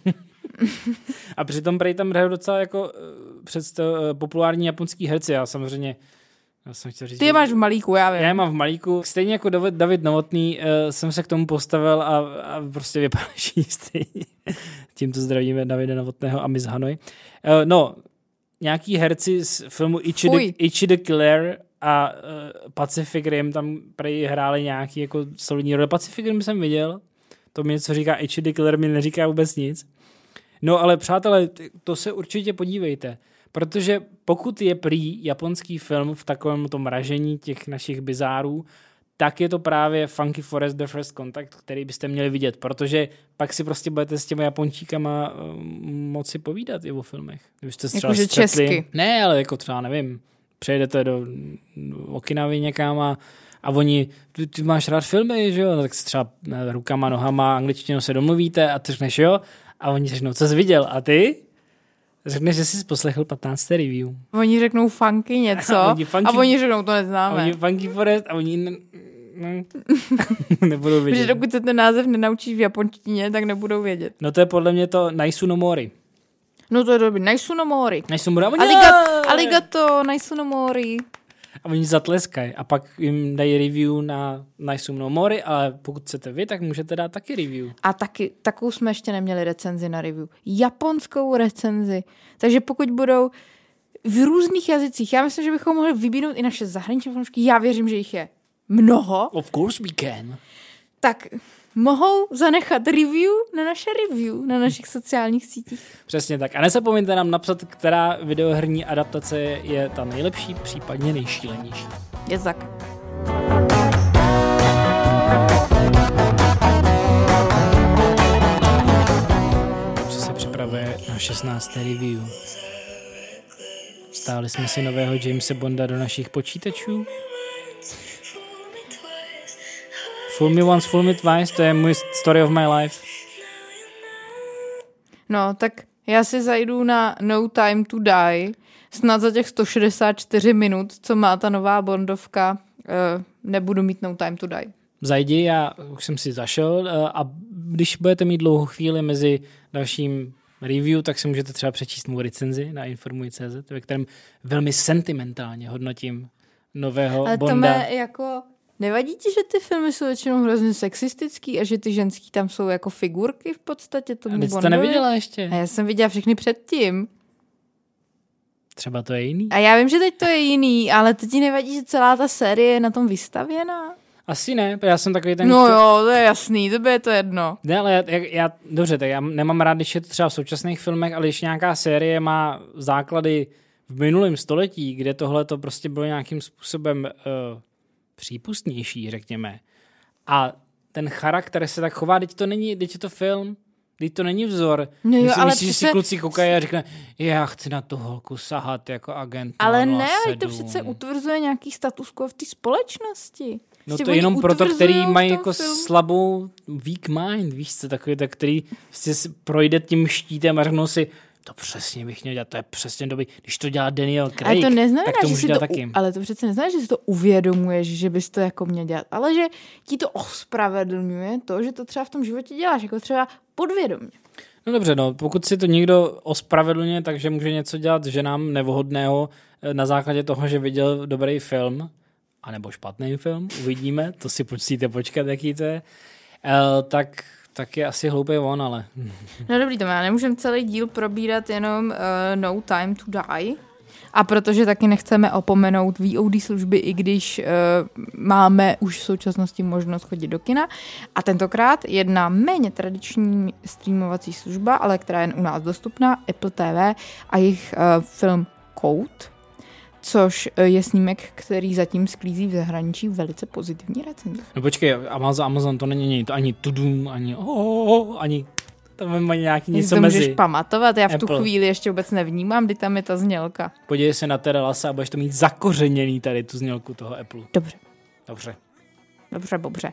A přitom prej tam hrajou docela jako představ, populární japonský herci. Já samozřejmě Já jsem chtěl říct, Ty je máš v malíku, já vím. Já je mám v malíku. Stejně jako David, David Novotný uh, jsem se k tomu postavil a, a prostě vypadáš stejně. Tímto zdravíme Davida Novotného a Miss Hanoi. Uh, no, nějaký herci z filmu Itchy the, Itchy the Killer a uh, Pacific Rim tam prej hráli nějaký jako solidní role. Pacific Rim jsem viděl, to mi něco říká, Itchy the Killer mi neříká vůbec nic. No ale přátelé, to se určitě podívejte, protože pokud je prý japonský film v takovém tom ražení těch našich bizárů, tak je to právě Funky Forest The First Contact, který byste měli vidět, protože pak si prostě budete s těmi Japončíkama moci povídat i o filmech. Kdybyste třeba jakože česky. Ne, ale jako třeba, nevím, přejdete do Okinavy někam a, a oni, ty, ty máš rád filmy, že jo, no, tak se třeba rukama, nohama, angličtinou se domluvíte a ty řekneš jo, a oni řeknou, co jsi viděl, a ty? Řekneš, že jsi poslechl patnácté review. Oni řeknou funky něco a oni, funky, a oni řeknou, to neznáme. Oni Funky Forest a oni ne, ne, nebudou vědět. Protože dokud se ten název nenaučíš v japonštině, tak nebudou vědět. No to je podle mě to Naisu no Mori. No to je dobrý, Naisu no Mori. Naisu no Mori. Aligato, aligato, Naisu no Mori. A oni zatleskají a pak jim dají review na Naisu no Mori, ale pokud chcete vy, tak můžete dát taky review. A taky, takovou jsme ještě neměli recenzi na review. Japonskou recenzi. Takže pokud budou v různých jazycích, já myslím, že bychom mohli vybídnout i naše zahraniční fanoušky, já věřím, že jich je mnoho. Of course we can. Tak mohou zanechat review na naše review na našich sociálních sítích. Přesně tak. A nezapomeňte nám napsat, která videoherní adaptace je ta nejlepší, případně nejšílenější. Je tak. Už se připravuje na šestnácté review. Stáli jsme si nového Jamese Bonda do našich počítačů. Fool me once, fool me twice, to je můj story of my life. No, tak já si zajdu na No Time to Die, snad za těch sto šedesát čtyři minut, co má ta nová Bondovka, uh, nebudu mít No Time to Die. Zajdi, já už jsem si zašel uh, a když budete mít dlouhou chvíli mezi dalším review, tak si můžete třeba přečíst mou recenzi na informuj tečka cé zet, ve kterém velmi sentimentálně hodnotím nového Ale Bonda. Ale to mě jako... Nevadí ti, že ty filmy jsou většinou hrozně sexistický a že ty ženský tam jsou jako figurky v podstatě tomu Bondovi? A jsi to neviděla ještě? A já jsem viděla všechny předtím. Třeba to je jiný? A já vím, že teď to je jiný, ale to ti nevadí, že celá ta série je na tom vystavěná? Asi ne, já jsem takový ten... No jo, to je jasný, to by je to jedno. Ne, ale já, já, dobře, tak já nemám rád, když je to třeba v současných filmech, ale když nějaká série má základy v minulém století, kde tohle to prostě bylo nějakým způsobem uh, přípustnější, řekněme. A ten charakter se tak chová, teď to není, teď je to film, teď to není vzor. No jo, Myslím, ale že si kluci koukají a řekne, já chci na tu holku sahat jako agent ale nula sedm. ne, ale to přece utvrzuje nějaký status quo v té společnosti. No to je jenom proto, který mají jako filmu slabou weak mind, víš co, takový, tak, který prostě projde tím štítem a řeknou si, to přesně bych měl dělat, to je přesně dobrý. Když to dělá Daniel Craig, ale to neznamená, tak to může dělat taky. U, ale to přece neznamená, že si to uvědomuješ, že bys to jako měl dělat, ale že ti to ospravedlňuje to, že to třeba v tom životě děláš, jako třeba podvědomě. No dobře, no, pokud si to někdo ospravedlňuje, takže může něco dělat ženám nevhodného na základě toho, že viděl dobrý film, anebo špatný film, uvidíme, to si musíte počkat, jaký to je, uh, tak... Tak je asi hloupý on, ale... No dobrý, to má, nemůžeme celý díl probírat jenom uh, No Time to Die. A protože taky nechceme opomenout V O D služby, i když uh, máme už v současnosti možnost chodit do kina. A tentokrát jedna méně tradiční streamovací služba, ale která je u nás dostupná, Apple T V a jejich uh, film Code, což je snímek, který zatím sklízí v zahraničí velice pozitivní recenze. No počkej, Amazon, Amazon to není to ani tudum, ani oh, oh, oh, ani tam má nějaký něco to mezi. Můžeš pamatovat, já v Apple. tu chvíli ještě vůbec nevnímám, kdy tam je ta znělka. Podívej se na Tere Lassa a budeš to mít zakořeněný tady tu znělku toho Apple. Dobře. Dobře. Dobře, dobře.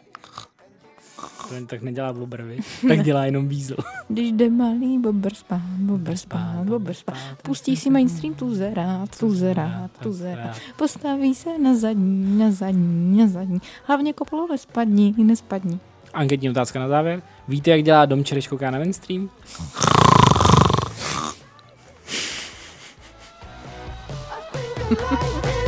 To tak nedělá Blubber, viď? Tak dělá jenom Weasel. Když jde malý bobr spát, bobr spát, bobr spát, pustí si mainstream tuzerát, tuzerát, tuzerát, postaví se na zadní, na zadní, na zadní, hlavně koplo nespadní, nespadní. Anketní otázka na závěr. Víte, jak dělá Dom Čereš kouká na mainstream? I